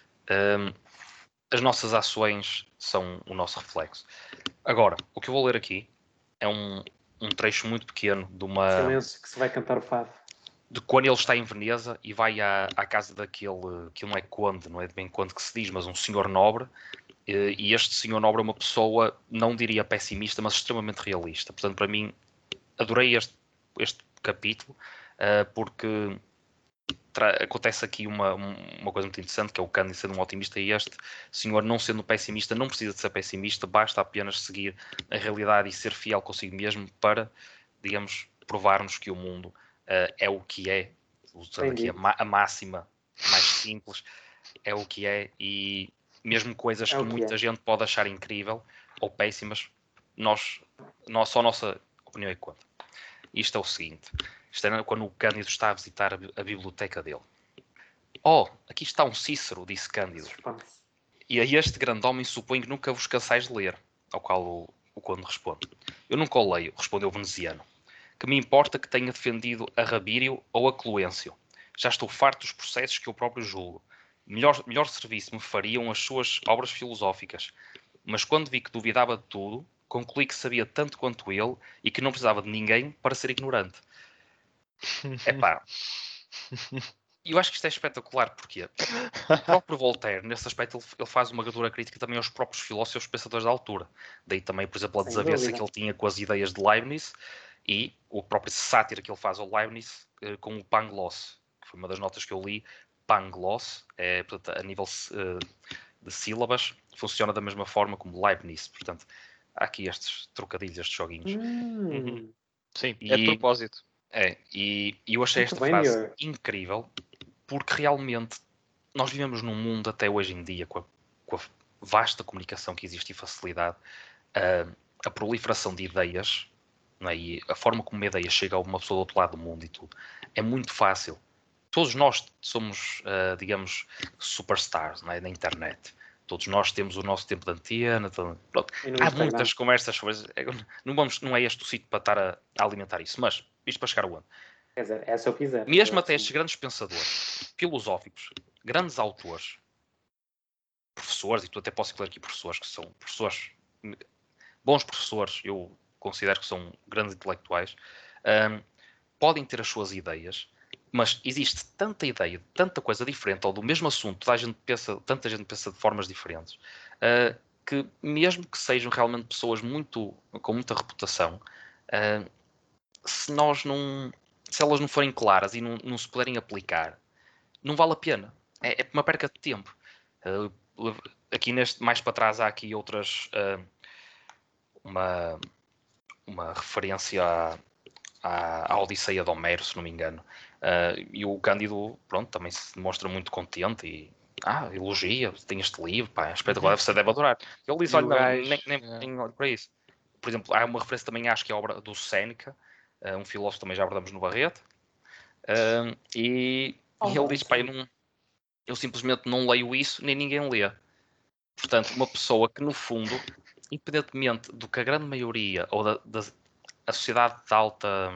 As nossas ações são o nosso reflexo. Agora, o que eu vou ler aqui é um trecho muito pequeno de uma... Silêncio que se vai cantar o fado. De quando ele está em Veneza e vai à casa daquele, que não é conde, não é bem conde que se diz, mas um senhor nobre, e este senhor nobre é uma pessoa, não diria pessimista, mas extremamente realista. Portanto, para mim, adorei este capítulo, porque acontece aqui uma coisa muito interessante, que é o Cândido sendo um otimista, e este senhor não sendo pessimista, não precisa de ser pessimista, basta apenas seguir a realidade e ser fiel consigo mesmo para, digamos, provar-nos que o mundo é o que é, usando aqui a máxima mais simples, é o que é, e mesmo coisas que muita gente pode achar incrível ou péssimas, só a nossa opinião é que conta. Isto é o seguinte: isto é quando o Cândido está a visitar a biblioteca dele. Oh, aqui está um Cícero, disse Cândido. E a este grande homem suponho que nunca vos cansais de ler. Ao qual o conde responde: eu nunca o leio, respondeu o veneziano. Que me importa que tenha defendido a Rabírio ou a Cloêncio. Já estou farto dos processos que eu próprio julgo. Melhor serviço me fariam as suas obras filosóficas. Mas quando vi que duvidava de tudo, concluí que sabia tanto quanto ele e que não precisava de ninguém para ser ignorante. Epá, eu acho que isto é espetacular, porque o próprio Voltaire, nesse aspecto, ele faz uma dura crítica também aos próprios filósofos pensadores da altura. Daí também, por exemplo, a desavença que ele tinha com as ideias de Leibniz e o próprio sátira que ele faz ao Leibniz com o Pangloss, que foi uma das notas que eu li. Pangloss, portanto, a nível de sílabas, funciona da mesma forma como Leibniz. Portanto, há aqui estes trocadilhos, estes joguinhos. Sim, é de propósito. E eu achei esta frase incrível, porque realmente nós vivemos num mundo até hoje em dia, com a vasta comunicação que existe e facilidade, a proliferação de ideias, não é? E a forma como uma ideia chega a uma pessoa do outro lado do mundo e tudo, é muito fácil. Todos nós somos, digamos, superstars, não é? Na internet. Todos nós temos o nosso tempo de antena. Há muitas conversas sobre isso. Não é este o sítio para estar a alimentar isso, mas isto para chegar a onde? Quer dizer, se eu quiser. Mesmo até estes grandes pensadores, filosóficos, grandes autores, professores, e tu até posso incluir aqui professores, que são professores, bons professores, eu considero que são grandes intelectuais, podem ter as suas ideias, mas existe tanta ideia, tanta coisa diferente, ou do mesmo assunto, tanta gente pensa de formas diferentes, que mesmo que sejam realmente pessoas com muita reputação, se elas não forem claras e não se puderem aplicar, não vale a pena. É uma perca de tempo. aqui mais para trás há aqui outras, uma referência à Odisseia de Homero, se não me engano. E o Cândido, pronto, também se demonstra muito contente e elogia, tem este livro, pá, é espetacular, você deve adorar. Ele diz, olha, nem olho para isso. Por exemplo, há uma referência também, acho que é a obra do Séneca, um filósofo também já abordamos no Barreto, e ele diz, pá, eu simplesmente não leio isso, nem ninguém lê. Portanto, uma pessoa que, no fundo, independentemente do que a grande maioria, ou a sociedade de alta,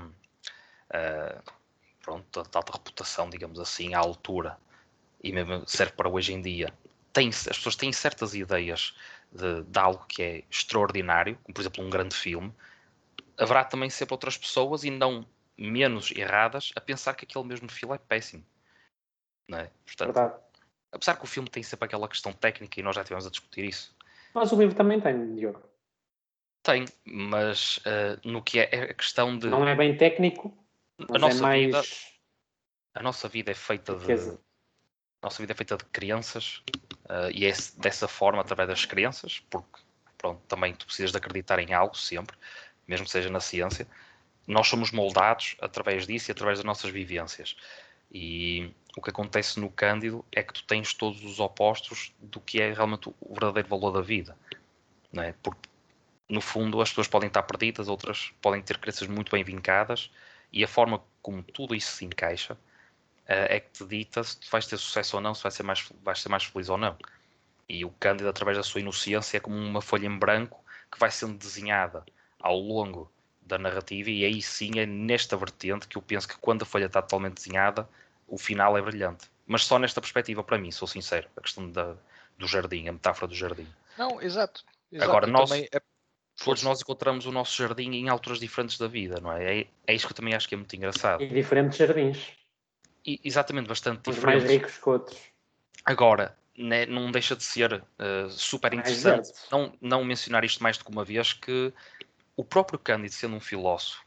de alta reputação, digamos assim, à altura, e mesmo serve para hoje em dia, as pessoas têm certas ideias de algo que é extraordinário, como por exemplo um grande filme, haverá também sempre outras pessoas, e não menos erradas, a pensar que aquele mesmo filme é péssimo. Não é? Portanto, Verdade. apesar que o filme tem sempre aquela questão técnica, e nós já estivemos a discutir isso. Mas o livro também tem, Diogo. Tem, mas no que é a questão de... Não é bem técnico, mas é mais... A nossa vida é feita de... A nossa vida é feita de crenças, e é dessa forma, através das crenças, porque, pronto, também tu precisas de acreditar em algo sempre, mesmo que seja na ciência. Nós somos moldados através disso e através das nossas vivências. E o que acontece no Cândido é que tu tens todos os opostos do que é realmente o verdadeiro valor da vida. Não é? Porque, no fundo, as pessoas podem estar perdidas, outras podem ter crenças muito bem vincadas, e a forma como tudo isso se encaixa é que te dita se tu vais ter sucesso ou não, se vais ser mais feliz ou não. E o Cândido, através da sua inocência, é como uma folha em branco que vai sendo desenhada ao longo da narrativa, e aí sim é nesta vertente que eu penso que quando a folha está totalmente desenhada, o final é brilhante. Mas só nesta perspectiva, para mim, sou sincero, a questão do jardim, a metáfora do jardim. Não, exato. Agora, todos nós encontramos o nosso jardim em alturas diferentes da vida, não é? É isto que eu também acho que é muito engraçado. E diferentes jardins. Exatamente, bastante uns diferentes. Mais ricos que outros. Agora, né, não deixa de ser super interessante não mencionar isto mais do que uma vez, que o próprio Cândido, sendo um filósofo,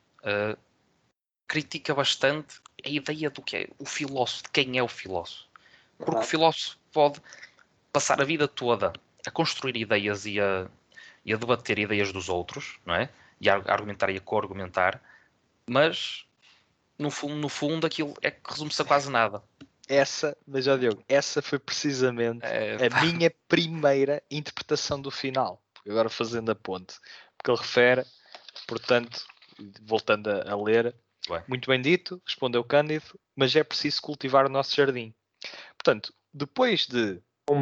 critica bastante a ideia do que é o filósofo, de quem é o filósofo. Porque o filósofo pode passar a vida toda a construir ideias e a debater ideias dos outros, não é? E a argumentar e a co-argumentar, mas no fundo aquilo é que resume-se a quase nada. Mas ó Diogo, essa foi precisamente a minha primeira interpretação do final. Agora fazendo a ponte. Porque ele refere, portanto, voltando a ler, muito bem dito, respondeu Cândido, mas é preciso cultivar o nosso jardim. Portanto, depois dele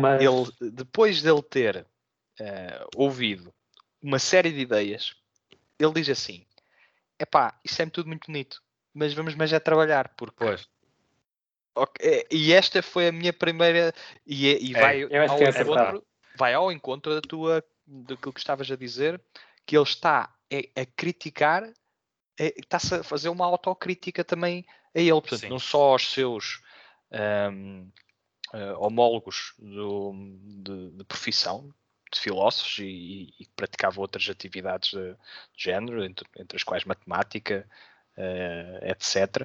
ter ouvido uma série de ideias, ele diz assim, isso é tudo muito bonito, mas vamos mais a trabalhar, porque... Pois. Okay. E esta foi a minha primeira vai ao encontro daquilo que estavas a dizer, que ele está a criticar, está-se a fazer uma autocrítica também a ele, portanto, não só aos seus homólogos de profissão, de filósofos e que praticavam outras atividades de género, entre as quais matemática, etc.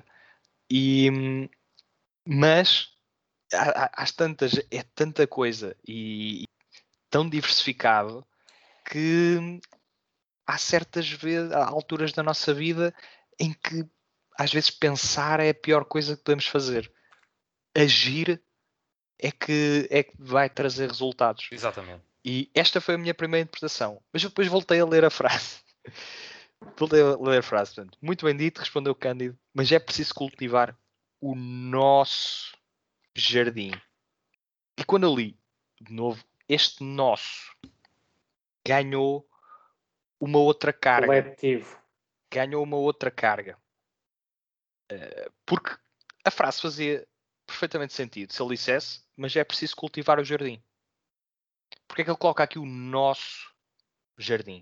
Mas às tantas, é tanta coisa e tão diversificado que há certas vezes, há alturas da nossa vida em que às vezes pensar é a pior coisa que podemos fazer. Agir é que vai trazer resultados. Exatamente. E esta foi a minha primeira interpretação. Mas eu depois voltei a ler a frase. Portanto, muito bem dito, respondeu Cândido, mas é preciso cultivar o nosso jardim. E quando eu li de novo, este nosso ganhou uma outra carga. Coletivo. Ganhou uma outra carga. Porque a frase fazia perfeitamente sentido se ele dissesse, mas é preciso cultivar o jardim. Porque é que ele coloca aqui o nosso jardim?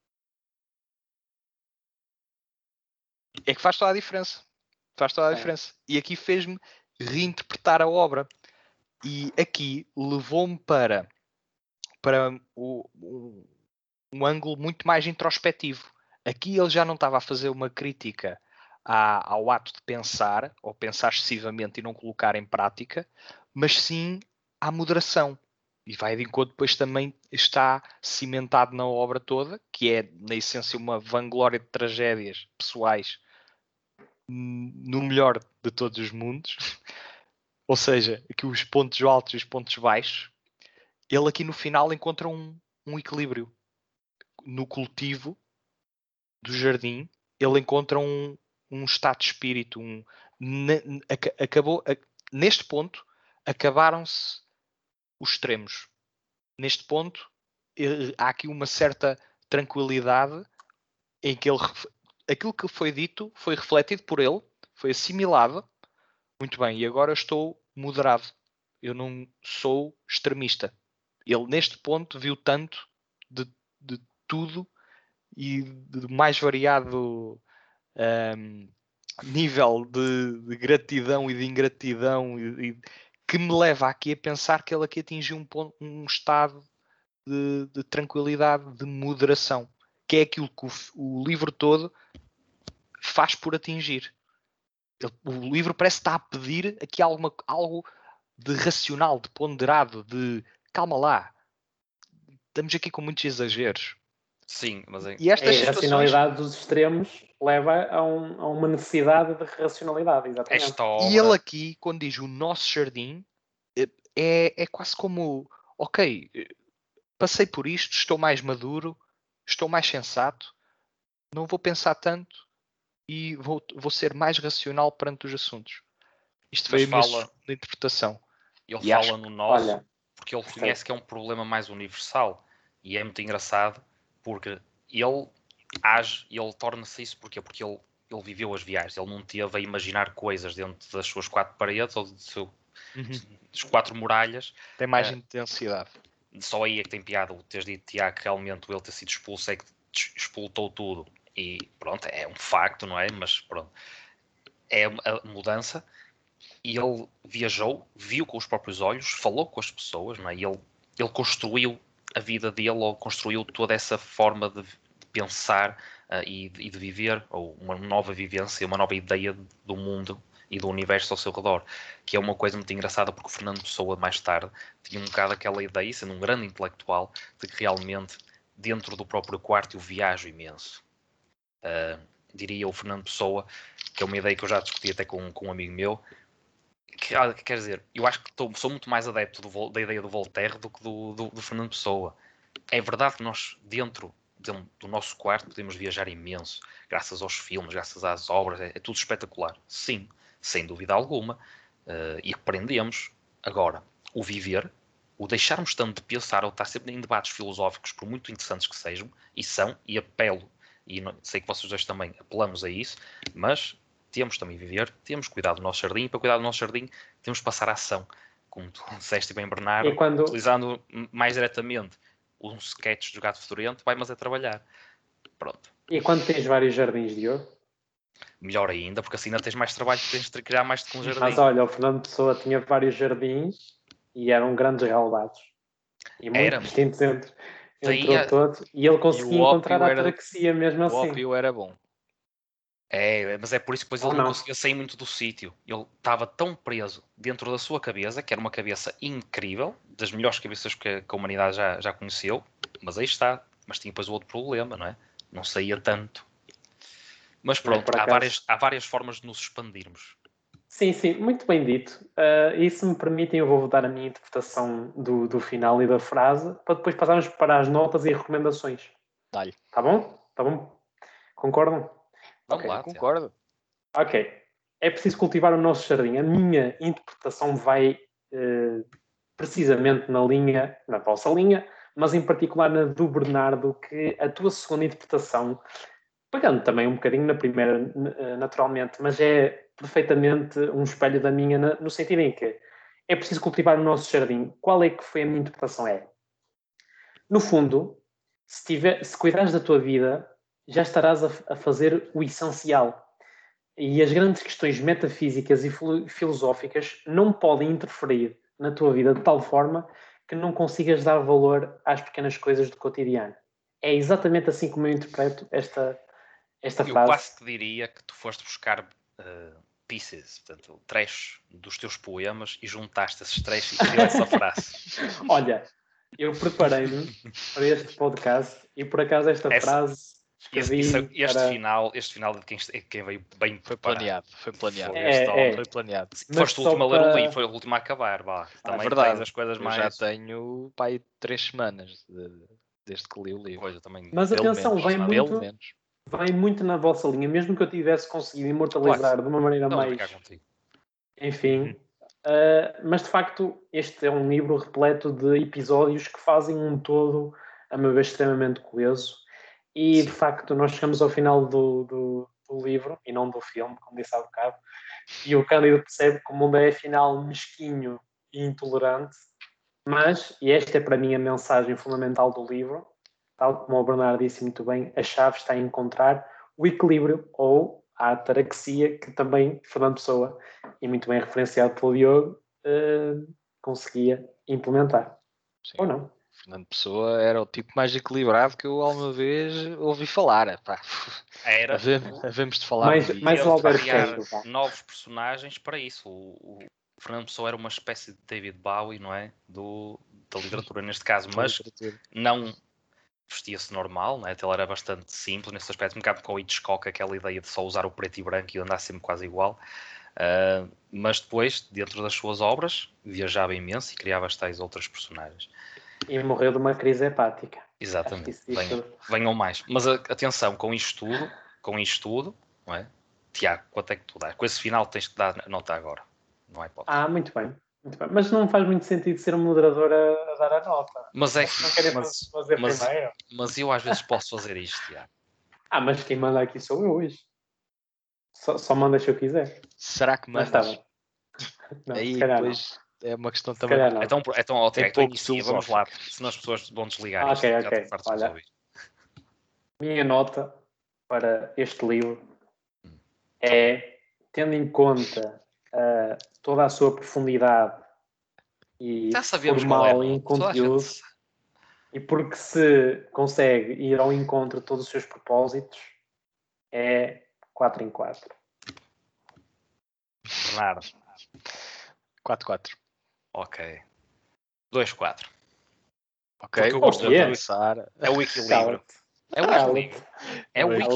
É que faz toda a diferença. Faz toda a diferença. E aqui fez-me reinterpretar a obra. E aqui levou-me para um ângulo muito mais introspectivo. Aqui ele já não estava a fazer uma crítica ao ato de pensar, ou pensar excessivamente e não colocar em prática, mas sim à moderação. E vai de encontro, depois também está cimentado na obra toda, que é, na essência, uma vanglória de tragédias pessoais no melhor de todos os mundos. Ou seja, aqui os pontos altos e os pontos baixos. Ele aqui no final encontra um equilíbrio. No cultivo do jardim, ele encontra um estado de espírito. Neste ponto, acabaram-se os extremos. Neste ponto, há aqui uma certa tranquilidade em que aquilo que foi dito foi refletido por ele, foi assimilado. Muito bem, e agora estou moderado. Eu não sou extremista. Ele, neste ponto, viu tanto de tudo e de mais variado nível de gratidão e de ingratidão que me leva aqui a pensar que ele aqui atingiu um estado de tranquilidade, de moderação, que é aquilo que o livro todo faz por atingir. O livro parece estar a pedir aqui algo de racional, de ponderado, de calma lá, estamos aqui com muitos exageros. Sim, mas e estas a racionalidade dos extremos leva a uma necessidade de racionalidade, exatamente. Esta obra... E ele aqui, quando diz o nosso jardim, é quase como, ok, passei por isto, estou mais maduro, estou mais sensato, não vou pensar tanto e vou ser mais racional perante os assuntos. Isto foi a minha segunda interpretação. Ele fala no nosso, porque ele reconhece que é um problema mais universal. E é muito engraçado, porque ele age e ele torna-se isso porquê? Porque ele viveu as viagens. Ele não teve a imaginar coisas dentro das suas 4 paredes ou das 4 muralhas. Tem mais intensidade. Só aí é que tem piada o teres dito, Tiago, que realmente ele ter sido expulso é que explotou tudo. E pronto, é um facto, não é? Mas pronto, é a mudança. E ele viajou, viu com os próprios olhos, falou com as pessoas, não é? E ele construiu a vida dele, ou construiu toda essa forma de pensar e de viver, ou uma nova vivência, uma nova ideia do mundo e do universo ao seu redor, que é uma coisa muito engraçada, porque o Fernando Pessoa, mais tarde, tinha um bocado aquela ideia, sendo um grande intelectual, de que realmente, dentro do próprio quarto, eu viajo imenso. Diria o Fernando Pessoa, que é uma ideia que eu já discuti até com um amigo meu, que quer dizer, eu acho que sou muito mais adepto da ideia do Voltaire do que do Fernando Pessoa. É verdade que nós, dentro do nosso quarto, podemos viajar imenso, graças aos filmes, graças às obras, é tudo espetacular. Sim, sem dúvida alguma, e aprendemos. Agora, o viver, o deixarmos tanto de pensar ou estar sempre em debates filosóficos, por muito interessantes que sejam, e são, e apelo, e sei que vocês dois também apelamos a isso, mas temos também viver, temos que cuidar do nosso jardim, e para cuidar do nosso jardim temos que passar a ação, como tu disseste bem, Bernardo, utilizando mais diretamente um sketch do Gato Fedorento, vai mas é trabalhar. Pronto. E quando tens vários jardins, Diogo? Melhor ainda, porque assim ainda tens mais trabalho, tens de criar mais do que um jardim. Mas olha, o Fernando Pessoa tinha vários jardins e eram grandes relevados. E muito distintos entre todos. E ele conseguia encontrar a ataraxia mesmo assim. O ópio era bom. Mas é por isso que depois ele não conseguia sair muito do sítio. Ele estava tão preso dentro da sua cabeça, que era uma cabeça incrível, das melhores cabeças que a humanidade já conheceu, mas aí está. Mas tinha depois o outro problema, não é? Não saía tanto. Mas pronto, há várias formas de nos expandirmos. Sim, muito bem dito. E se me permitem, eu vou dar a minha interpretação do final e da frase, para depois passarmos para as notas e recomendações. Dá-lhe. Tá bom? Concordam? Vamos lá, concordo. Ok. É preciso cultivar o nosso jardim. A minha interpretação vai precisamente na vossa linha, mas em particular na do Bernardo, que a tua segunda interpretação, pegando também um bocadinho na primeira, naturalmente, mas é perfeitamente um espelho da minha, no sentido em que é preciso cultivar o nosso jardim. Qual é que foi a minha interpretação? No fundo, se cuidares da tua vida, já estarás a fazer o essencial. E as grandes questões metafísicas e filosóficas não podem interferir na tua vida de tal forma que não consigas dar valor às pequenas coisas do cotidiano. É exatamente assim como eu interpreto esta frase. Eu quase te diria que tu foste buscar pieces, portanto, trechos dos teus poemas e juntaste esses trechos e criou essa frase. Olha, eu preparei-me para este podcast e por acaso esta frase escrevi este final de quem veio bem Foi preparado. planeado. Foi planeado. Foste o último a ler o livro, foi o último a acabar. Também verdade. tens as coisas mais... Eu já tenho, pai, 3 semanas desde que li o livro. Coisa, também, mas atenção, vai muito na vossa linha, mesmo que eu tivesse conseguido imortalizar de uma maneira mais... Enfim... mas de facto este é um livro repleto de episódios que fazem um todo, a meu ver, extremamente coeso e de facto nós chegamos ao final do livro e não do filme, como disse há bocado, e o Cândido percebe que o mundo é afinal mesquinho e intolerante, mas, e esta é para mim a mensagem fundamental do livro, tal como o Bernardo disse muito bem, a chave está em encontrar o equilíbrio ou a ataraxia que também Fernando Pessoa, e muito bem referenciado pelo Diogo, conseguia implementar. Sim. Ou não? Fernando Pessoa era o tipo mais equilibrado que eu alguma vez ouvi falar. Pá. Havemos de falar mais o Alberto criar novos personagens para isso. O Fernando Pessoa era uma espécie de David Bowie, não é? Da literatura neste caso, mas não vestia-se normal, né? Ele era bastante simples nesse aspecto, um bocado com o Hitchcock, aquela ideia de só usar o preto e branco e andar sempre quase igual. Mas depois, dentro das suas obras, viajava imenso e criava as tais outras personagens. E morreu de uma crise hepática. Exatamente. Venham mais. Mas atenção, com isto tudo, não é? Tiago, quanto é que tu dás? Com esse final tens que dar nota agora. Não é hipótese. Muito bem. Mas não faz muito sentido ser um moderador a dar a nota. Mas é que não querem fazer primeiro. Mas eu às vezes posso fazer isto, Tiago. Mas quem manda aqui sou eu hoje. Só manda se eu quiser. Será que mandas? Mas está bem. Não, aí se calhar depois não. É uma questão se também. Então Tiago, inicia, vamos lá. Senão as pessoas vão desligar isto. Ok. Olha, minha nota para este livro é, tendo em conta toda a sua profundidade e formal em conteúdo, e porque se consegue ir ao encontro de todos os seus propósitos, é 4 em 4. Bernardo. 4-4. Ok. 2-4. Ok, porque eu gosto de pensar. É o equilíbrio. É o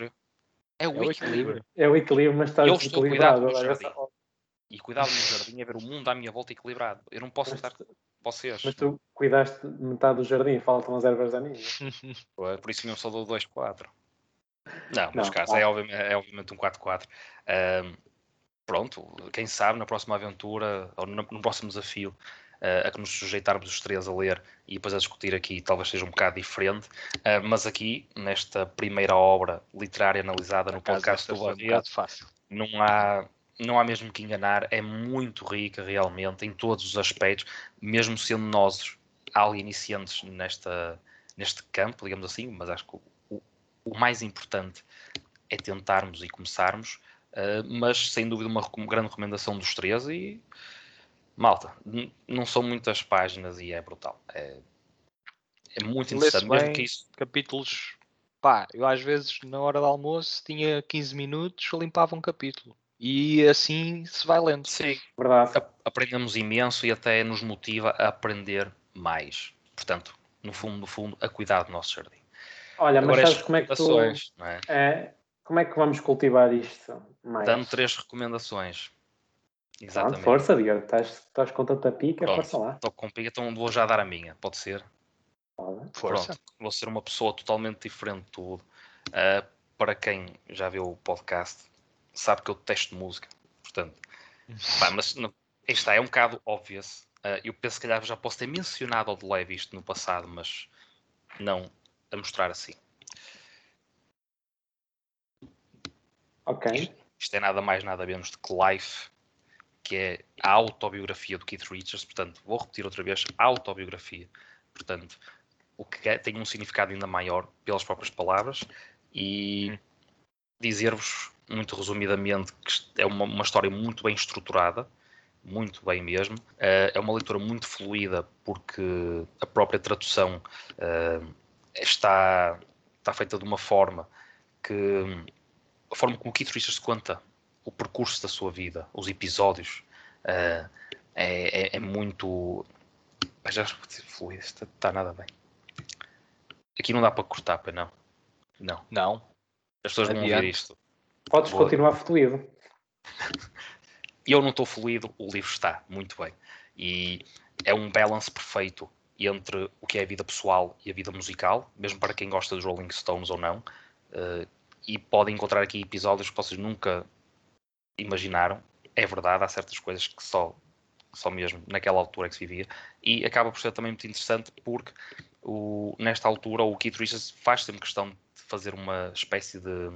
equilíbrio, mas estás desequilibrado. E cuidado no jardim é ver o mundo à minha volta equilibrado. Eu não posso estar com vocês. Mas tu cuidaste metade do jardim, faltam as ervas daninhas. Por isso mesmo só dou 2-4. Não, mas caso é obviamente um 4-4. Pronto, quem sabe na próxima aventura ou no próximo desafio a que nos sujeitarmos os três a ler e depois a discutir aqui talvez seja um bocado diferente, mas aqui nesta primeira obra literária analisada no podcast do Barreto, não há mesmo que enganar, é muito rica realmente em todos os aspectos, mesmo sendo nós algo iniciantes neste campo, digamos assim, mas acho que o mais importante é tentarmos e começarmos, mas sem dúvida uma grande recomendação dos três e malta, não são muitas páginas e é brutal, é muito interessante, mesmo que isso... capítulos, eu às vezes na hora do almoço tinha 15 minutos, eu limpava um capítulo e assim se vai lendo. Sim, verdade. Aprendemos imenso e até nos motiva a aprender mais, portanto, no fundo, a cuidar do nosso jardim. Olha, mas sabes como é que como é que vamos cultivar isto mais? Dando 3 recomendações. Exatamente. Pronto, força, Diogo. Estás com tanta pica, força lá. Estou com pica, então vou já dar a minha, pode ser? Força. Pronto, vou ser uma pessoa totalmente diferente de tudo. Para quem já viu o podcast, sabe que eu detesto música. Portanto, mas isto é um bocado obvious. Eu penso que calhar já posso ter mencionado ao de leve isto no passado, mas não a mostrar assim. Ok. Isto é nada mais, nada menos de que Life, que é a autobiografia do Keith Richards. Portanto, vou repetir outra vez, a autobiografia. Portanto, o que tem um significado ainda maior pelas próprias palavras e dizer-vos, muito resumidamente, que é uma história muito bem estruturada, muito bem mesmo. É uma leitura muito fluida porque a própria tradução está feita de uma forma que... A forma como o Keith Richards conta o percurso da sua vida, os episódios, é muito... Já fluido, está nada bem. Aqui não dá para cortar, para não. Não. As pessoas vão ouvir isto. Podes continuar fluido. Eu não estou fluido, o livro está muito bem. E é um balance perfeito entre o que é a vida pessoal e a vida musical, mesmo para quem gosta dos Rolling Stones ou não. E podem encontrar aqui episódios que vocês nunca imaginaram. É verdade, há certas coisas que só mesmo naquela altura é que se vivia. E acaba por ser também muito interessante porque nesta altura o Keith Richards faz sempre questão de fazer uma espécie de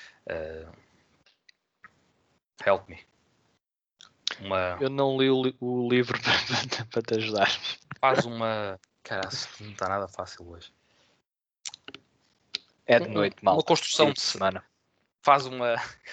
help me. Eu não li o livro para te ajudar. Faz uma... Cara, não está nada fácil hoje. É de noite, mal. Uma construção de semana. Faz uma...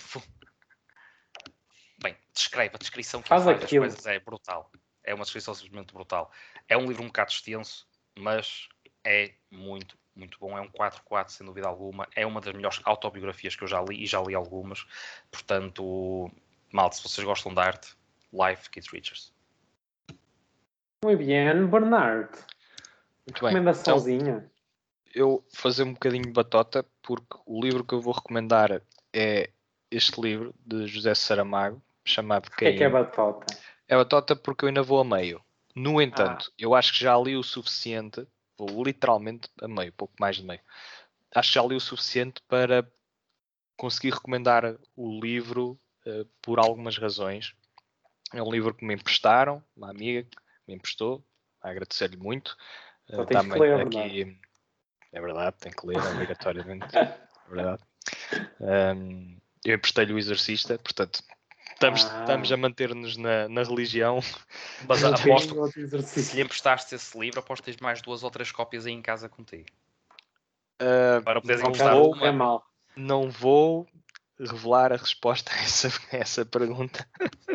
Bem, a descrição que faz ele faz das aquilo. coisas é brutal. É uma descrição simplesmente brutal. É um livro um bocado extenso, mas é muito, muito bom. É um 4/4, sem dúvida alguma. É uma das melhores autobiografias que eu já li, e já li algumas. Portanto, malta, se vocês gostam de arte, Life, Keith Richards. Muito bem, Bernardo. Muito bem. Recomendaçãozinha. Então, eu vou fazer um bocadinho de batota, porque o livro que eu vou recomendar é este livro de José Saramago, chamado O que é batota? É batota porque eu ainda vou a meio. No entanto, eu acho que já li o suficiente, vou literalmente a meio, pouco mais de meio. Acho que já li o suficiente para conseguir recomendar o livro por algumas razões. É um livro que me emprestaram, uma amiga que me emprestou, a agradecer-lhe muito. Só tens que ler, aqui, é verdade, tem que ler obrigatoriamente. É verdade. Eu emprestei-lhe o Exorcista, portanto, estamos a manter-nos na religião. Mas aposto que se lhe emprestaste esse livro, aposto que tens mais 2 ou 3 cópias aí em casa contigo. Para poderes emprestar uma. Não vou revelar a resposta a essa pergunta.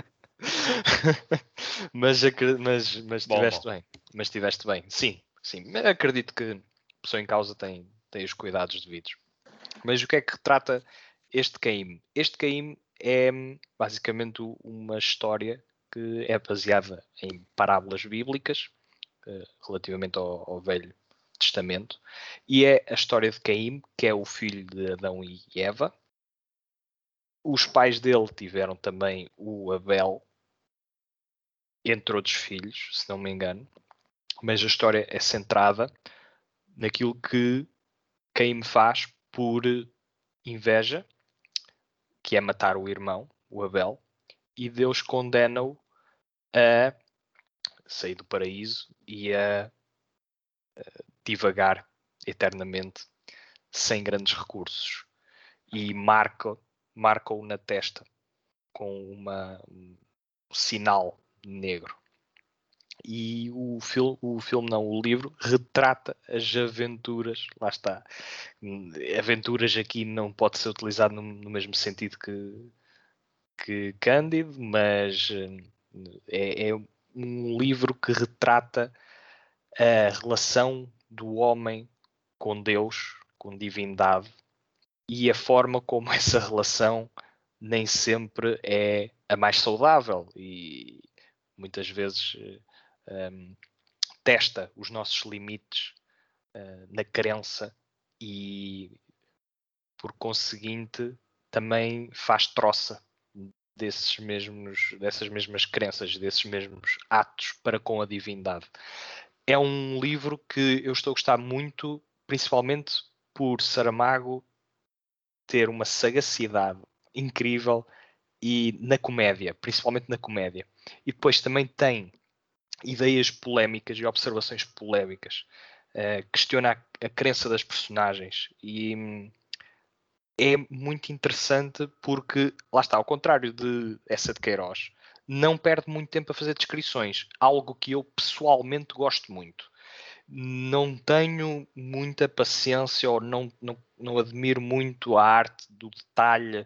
mas estiveste bem. Mas estiveste bem. Sim. Acredito que a pessoa em causa tem os cuidados devidos. Mas o que é que trata este Caim? Este Caim é basicamente uma história que é baseada em parábolas bíblicas relativamente ao Velho Testamento, e é a história de Caim, que é o filho de Adão e Eva. Os pais dele tiveram também o Abel, entre outros filhos, se não me engano, mas a história é centrada naquilo que Caim faz por inveja, que é matar o irmão, o Abel, e Deus condena-o a sair do paraíso e a divagar eternamente sem grandes recursos, e marca-o na testa com um sinal negro. E o livro retrata as aventuras, lá está, aventuras aqui não pode ser utilizado no mesmo sentido que Cândido, mas é um livro que retrata a relação do homem com Deus, com divindade, e a forma como essa relação nem sempre é a mais saudável e muitas vezes testa os nossos limites na crença e, por conseguinte, também faz troça dessas mesmas crenças, desses mesmos atos para com a divindade. É um livro que eu estou a gostar muito, principalmente por Saramago ter uma sagacidade incrível e na comédia, principalmente na comédia. E depois também tem ideias polémicas e observações polémicas. Questiona a crença das personagens e é muito interessante porque, lá está, ao contrário de essa de Queiroz, não perde muito tempo a fazer descrições, algo que eu pessoalmente gosto muito. Não tenho muita paciência ou não admiro muito a arte do detalhe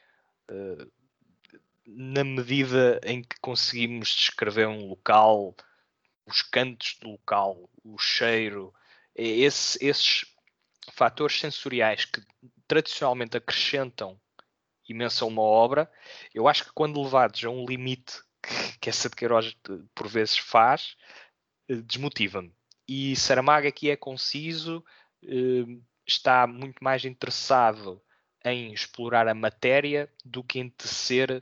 na medida em que conseguimos descrever um local, os cantos do local, o cheiro, esses fatores sensoriais que tradicionalmente acrescentam imenso a uma obra. Eu acho que quando levados a um limite que essa de Queiroz por vezes faz, desmotiva-me. E Saramago aqui é conciso, está muito mais interessado em explorar a matéria do que em tecer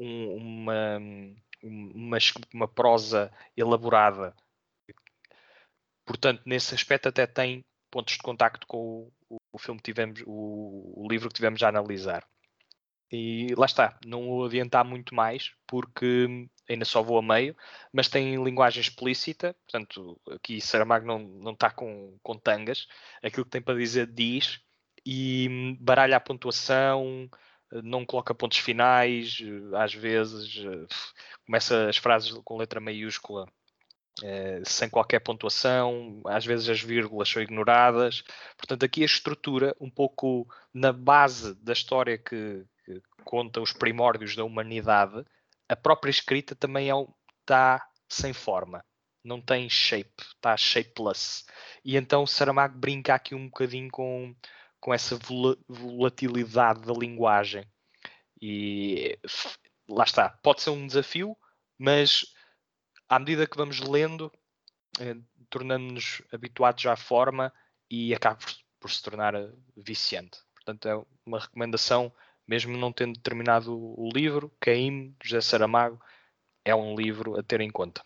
uma prosa elaborada. Portanto, nesse aspecto até tem pontos de contacto com o filme que tivemos, o livro que tivemos a analisar. E lá está, não o adiantar muito mais, porque ainda só vou a meio, mas tem linguagem explícita, portanto, aqui Saramago não está com tangas, aquilo que tem para dizer diz, e baralha a pontuação, não coloca pontos finais, às vezes começa as frases com letra maiúscula, sem qualquer pontuação, às vezes as vírgulas são ignoradas, portanto aqui a estrutura, um pouco na base da história que conta os primórdios da humanidade, a própria escrita também está sem forma, não tem shape, está shapeless. E então Saramago brinca aqui um bocadinho com essa volatilidade da linguagem. E lá está, pode ser um desafio, mas à medida que vamos lendo, tornamos-nos habituados à forma e acaba por se tornar viciante. Portanto, é uma recomendação, mesmo não tendo terminado o livro, Caim, de José Saramago, é um livro a ter em conta.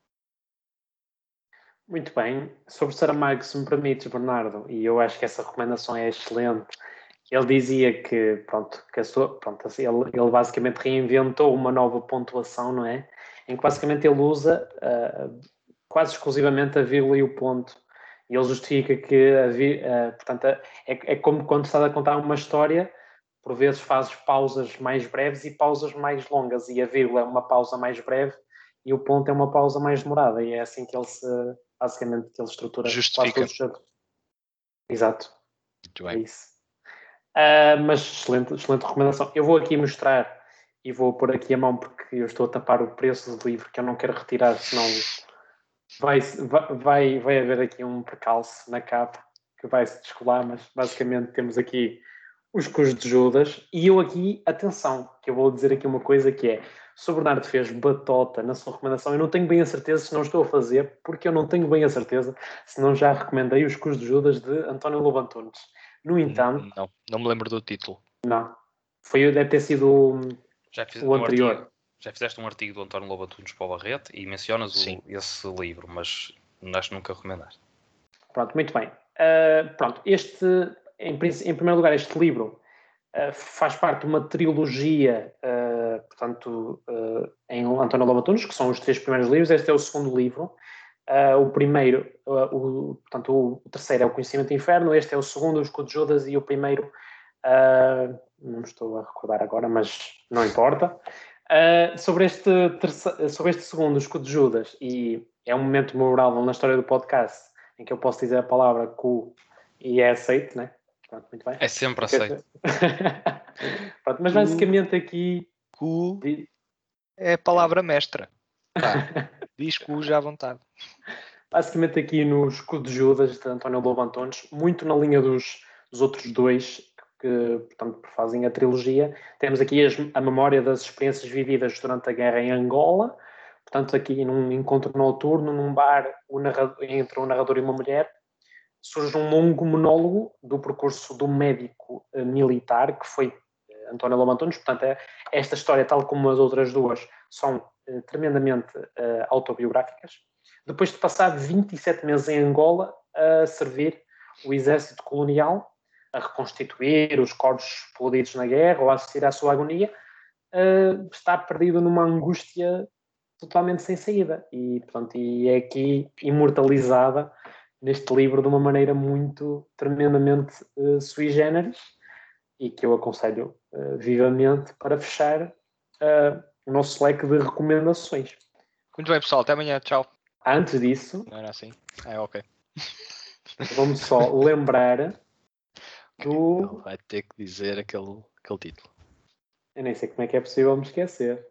Muito bem. Sobre Saramago, se me permites, Bernardo, e eu acho que essa recomendação é excelente. Ele dizia que, ele basicamente reinventou uma nova pontuação, não é? Em que basicamente ele usa quase exclusivamente a vírgula e o ponto. E ele justifica que, portanto, é como quando estás a contar uma história, por vezes fazes pausas mais breves e pausas mais longas, e a vírgula é uma pausa mais breve e o ponto é uma pausa mais demorada, e é assim que ele basicamente, que ele estrutura Justifica. quase todos os jogos. Exato. Muito bem. É isso. Mas excelente recomendação. Eu vou aqui mostrar e vou pôr aqui a mão porque eu estou a tapar o preço do livro que eu não quero retirar, senão vai haver aqui um percalço na capa que vai se descolar, mas basicamente temos aqui os Cus de Judas e eu aqui, atenção, que eu vou dizer aqui uma coisa que é, se o Bernardo fez batota na sua recomendação, eu não tenho bem a certeza se não estou a fazer, porque eu não tenho bem a certeza se não já recomendei os Cus de Judas de António Lobo Antunes. No entanto... Não me lembro do título. Não. Deve ter sido o anterior. Já fizeste um artigo do António Lobo Antunes para o Barrete e mencionas esse livro, mas acho que nunca recomendaste. Pronto, muito bem. Pronto, em primeiro lugar, este livro faz parte de uma trilogia, portanto, em António Lobo Antunes, que são os 3 primeiros livros. Este é o segundo livro. O primeiro, portanto, o terceiro é o Conhecimento do Inferno, este é o segundo, o Escudo de Judas, e o primeiro, não estou a recordar agora, mas não importa. Sobre este segundo, o Escudo de Judas, e é um momento memorável na história do podcast em que eu posso dizer a palavra cu e é aceito, né? Pronto, muito bem. É sempre aceito. Pronto, mas basicamente aqui... Cu é a palavra mestra. Diz cu já à vontade. Basicamente aqui no Escudo de Judas, de António Lobo Antunes, muito na linha dos outros dois que, portanto, fazem a trilogia. Temos aqui a memória das experiências vividas durante a guerra em Angola. Portanto, aqui num encontro noturno, num bar, entre um narrador e uma mulher, surge um longo monólogo do percurso do médico militar, que foi António Lobo Antunes. Portanto, esta história, tal como as outras duas, são tremendamente autobiográficas. Depois de passar 27 meses em Angola a servir o exército colonial, a reconstituir os corpos explodidos na guerra ou a assistir à sua agonia, está perdido numa angústia totalmente sem saída. E, portanto, é aqui imortalizada neste livro de uma maneira muito, tremendamente sui generis, e que eu aconselho vivamente para fechar o nosso leque de recomendações. Muito bem, pessoal. Até amanhã. Tchau. Antes disso... Não era assim? Ok. Vamos só lembrar do... Ele vai ter que dizer aquele título. Eu nem sei como é que é possível me esquecer.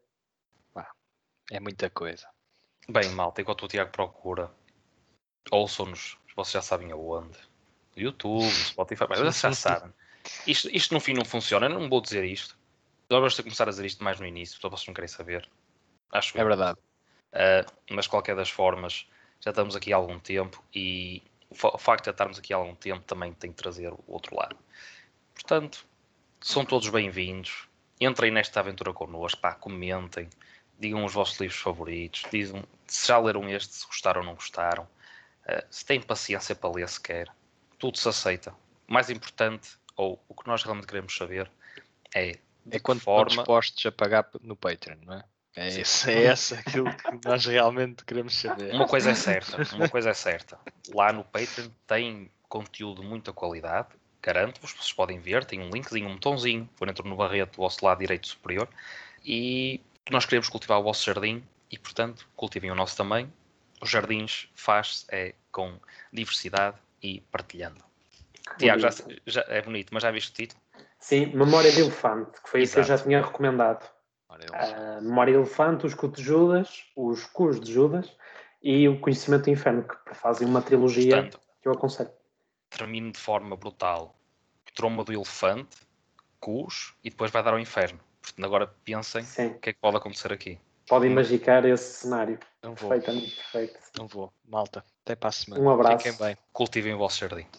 É muita coisa. Bem, malta, enquanto o Tiago procura, ouçam-nos, vocês já sabem aonde. No YouTube, no Spotify, vocês já sabem. Isto no fim não funciona, eu não vou dizer isto. Nós vamos ter que começar a dizer isto mais no início, só vocês não querem saber. Acho É eu. verdade. Mas de qualquer das formas, já estamos aqui há algum tempo e o facto de estarmos aqui há algum tempo também tem que trazer o outro lado. Portanto, são todos bem-vindos. Entrem nesta aventura connosco, pá, comentem, digam os vossos livros favoritos, digam se já leram este, se gostaram ou não gostaram, se têm paciência para ler sequer. Tudo se aceita. O mais importante, ou o que nós realmente queremos saber, é de que Quanto estão forma... dispostos a pagar no Patreon, não é? É esse aquilo que nós realmente queremos saber. Uma coisa é certa. Lá no Patreon tem conteúdo de muita qualidade, garanto-vos, vocês podem ver, tem um linkzinho, um botãozinho, por dentro no barrete do vosso lado direito superior, e nós queremos cultivar o vosso jardim, e portanto, cultivem o nosso também. Os jardins faz-se com diversidade e partilhando. Tiago, já é bonito, mas já viste o título? Sim, Memória de Elefante, que foi o que eu já Exato. tinha recomendado. Memória de Elefante, Os Cus de Judas, Os Cus de Judas e O Conhecimento do Inferno, que fazem uma trilogia. Portanto, que eu aconselho. Termino de forma brutal. Tromba do elefante, Cus, e depois vai dar ao inferno. Portanto, agora pensem o que é que pode acontecer aqui. Podem magicar esse cenário. Não vou. Perfeitamente perfeito. Não vou. Malta, até para a semana. Um abraço. Fiquem bem. Cultivem o vosso jardim.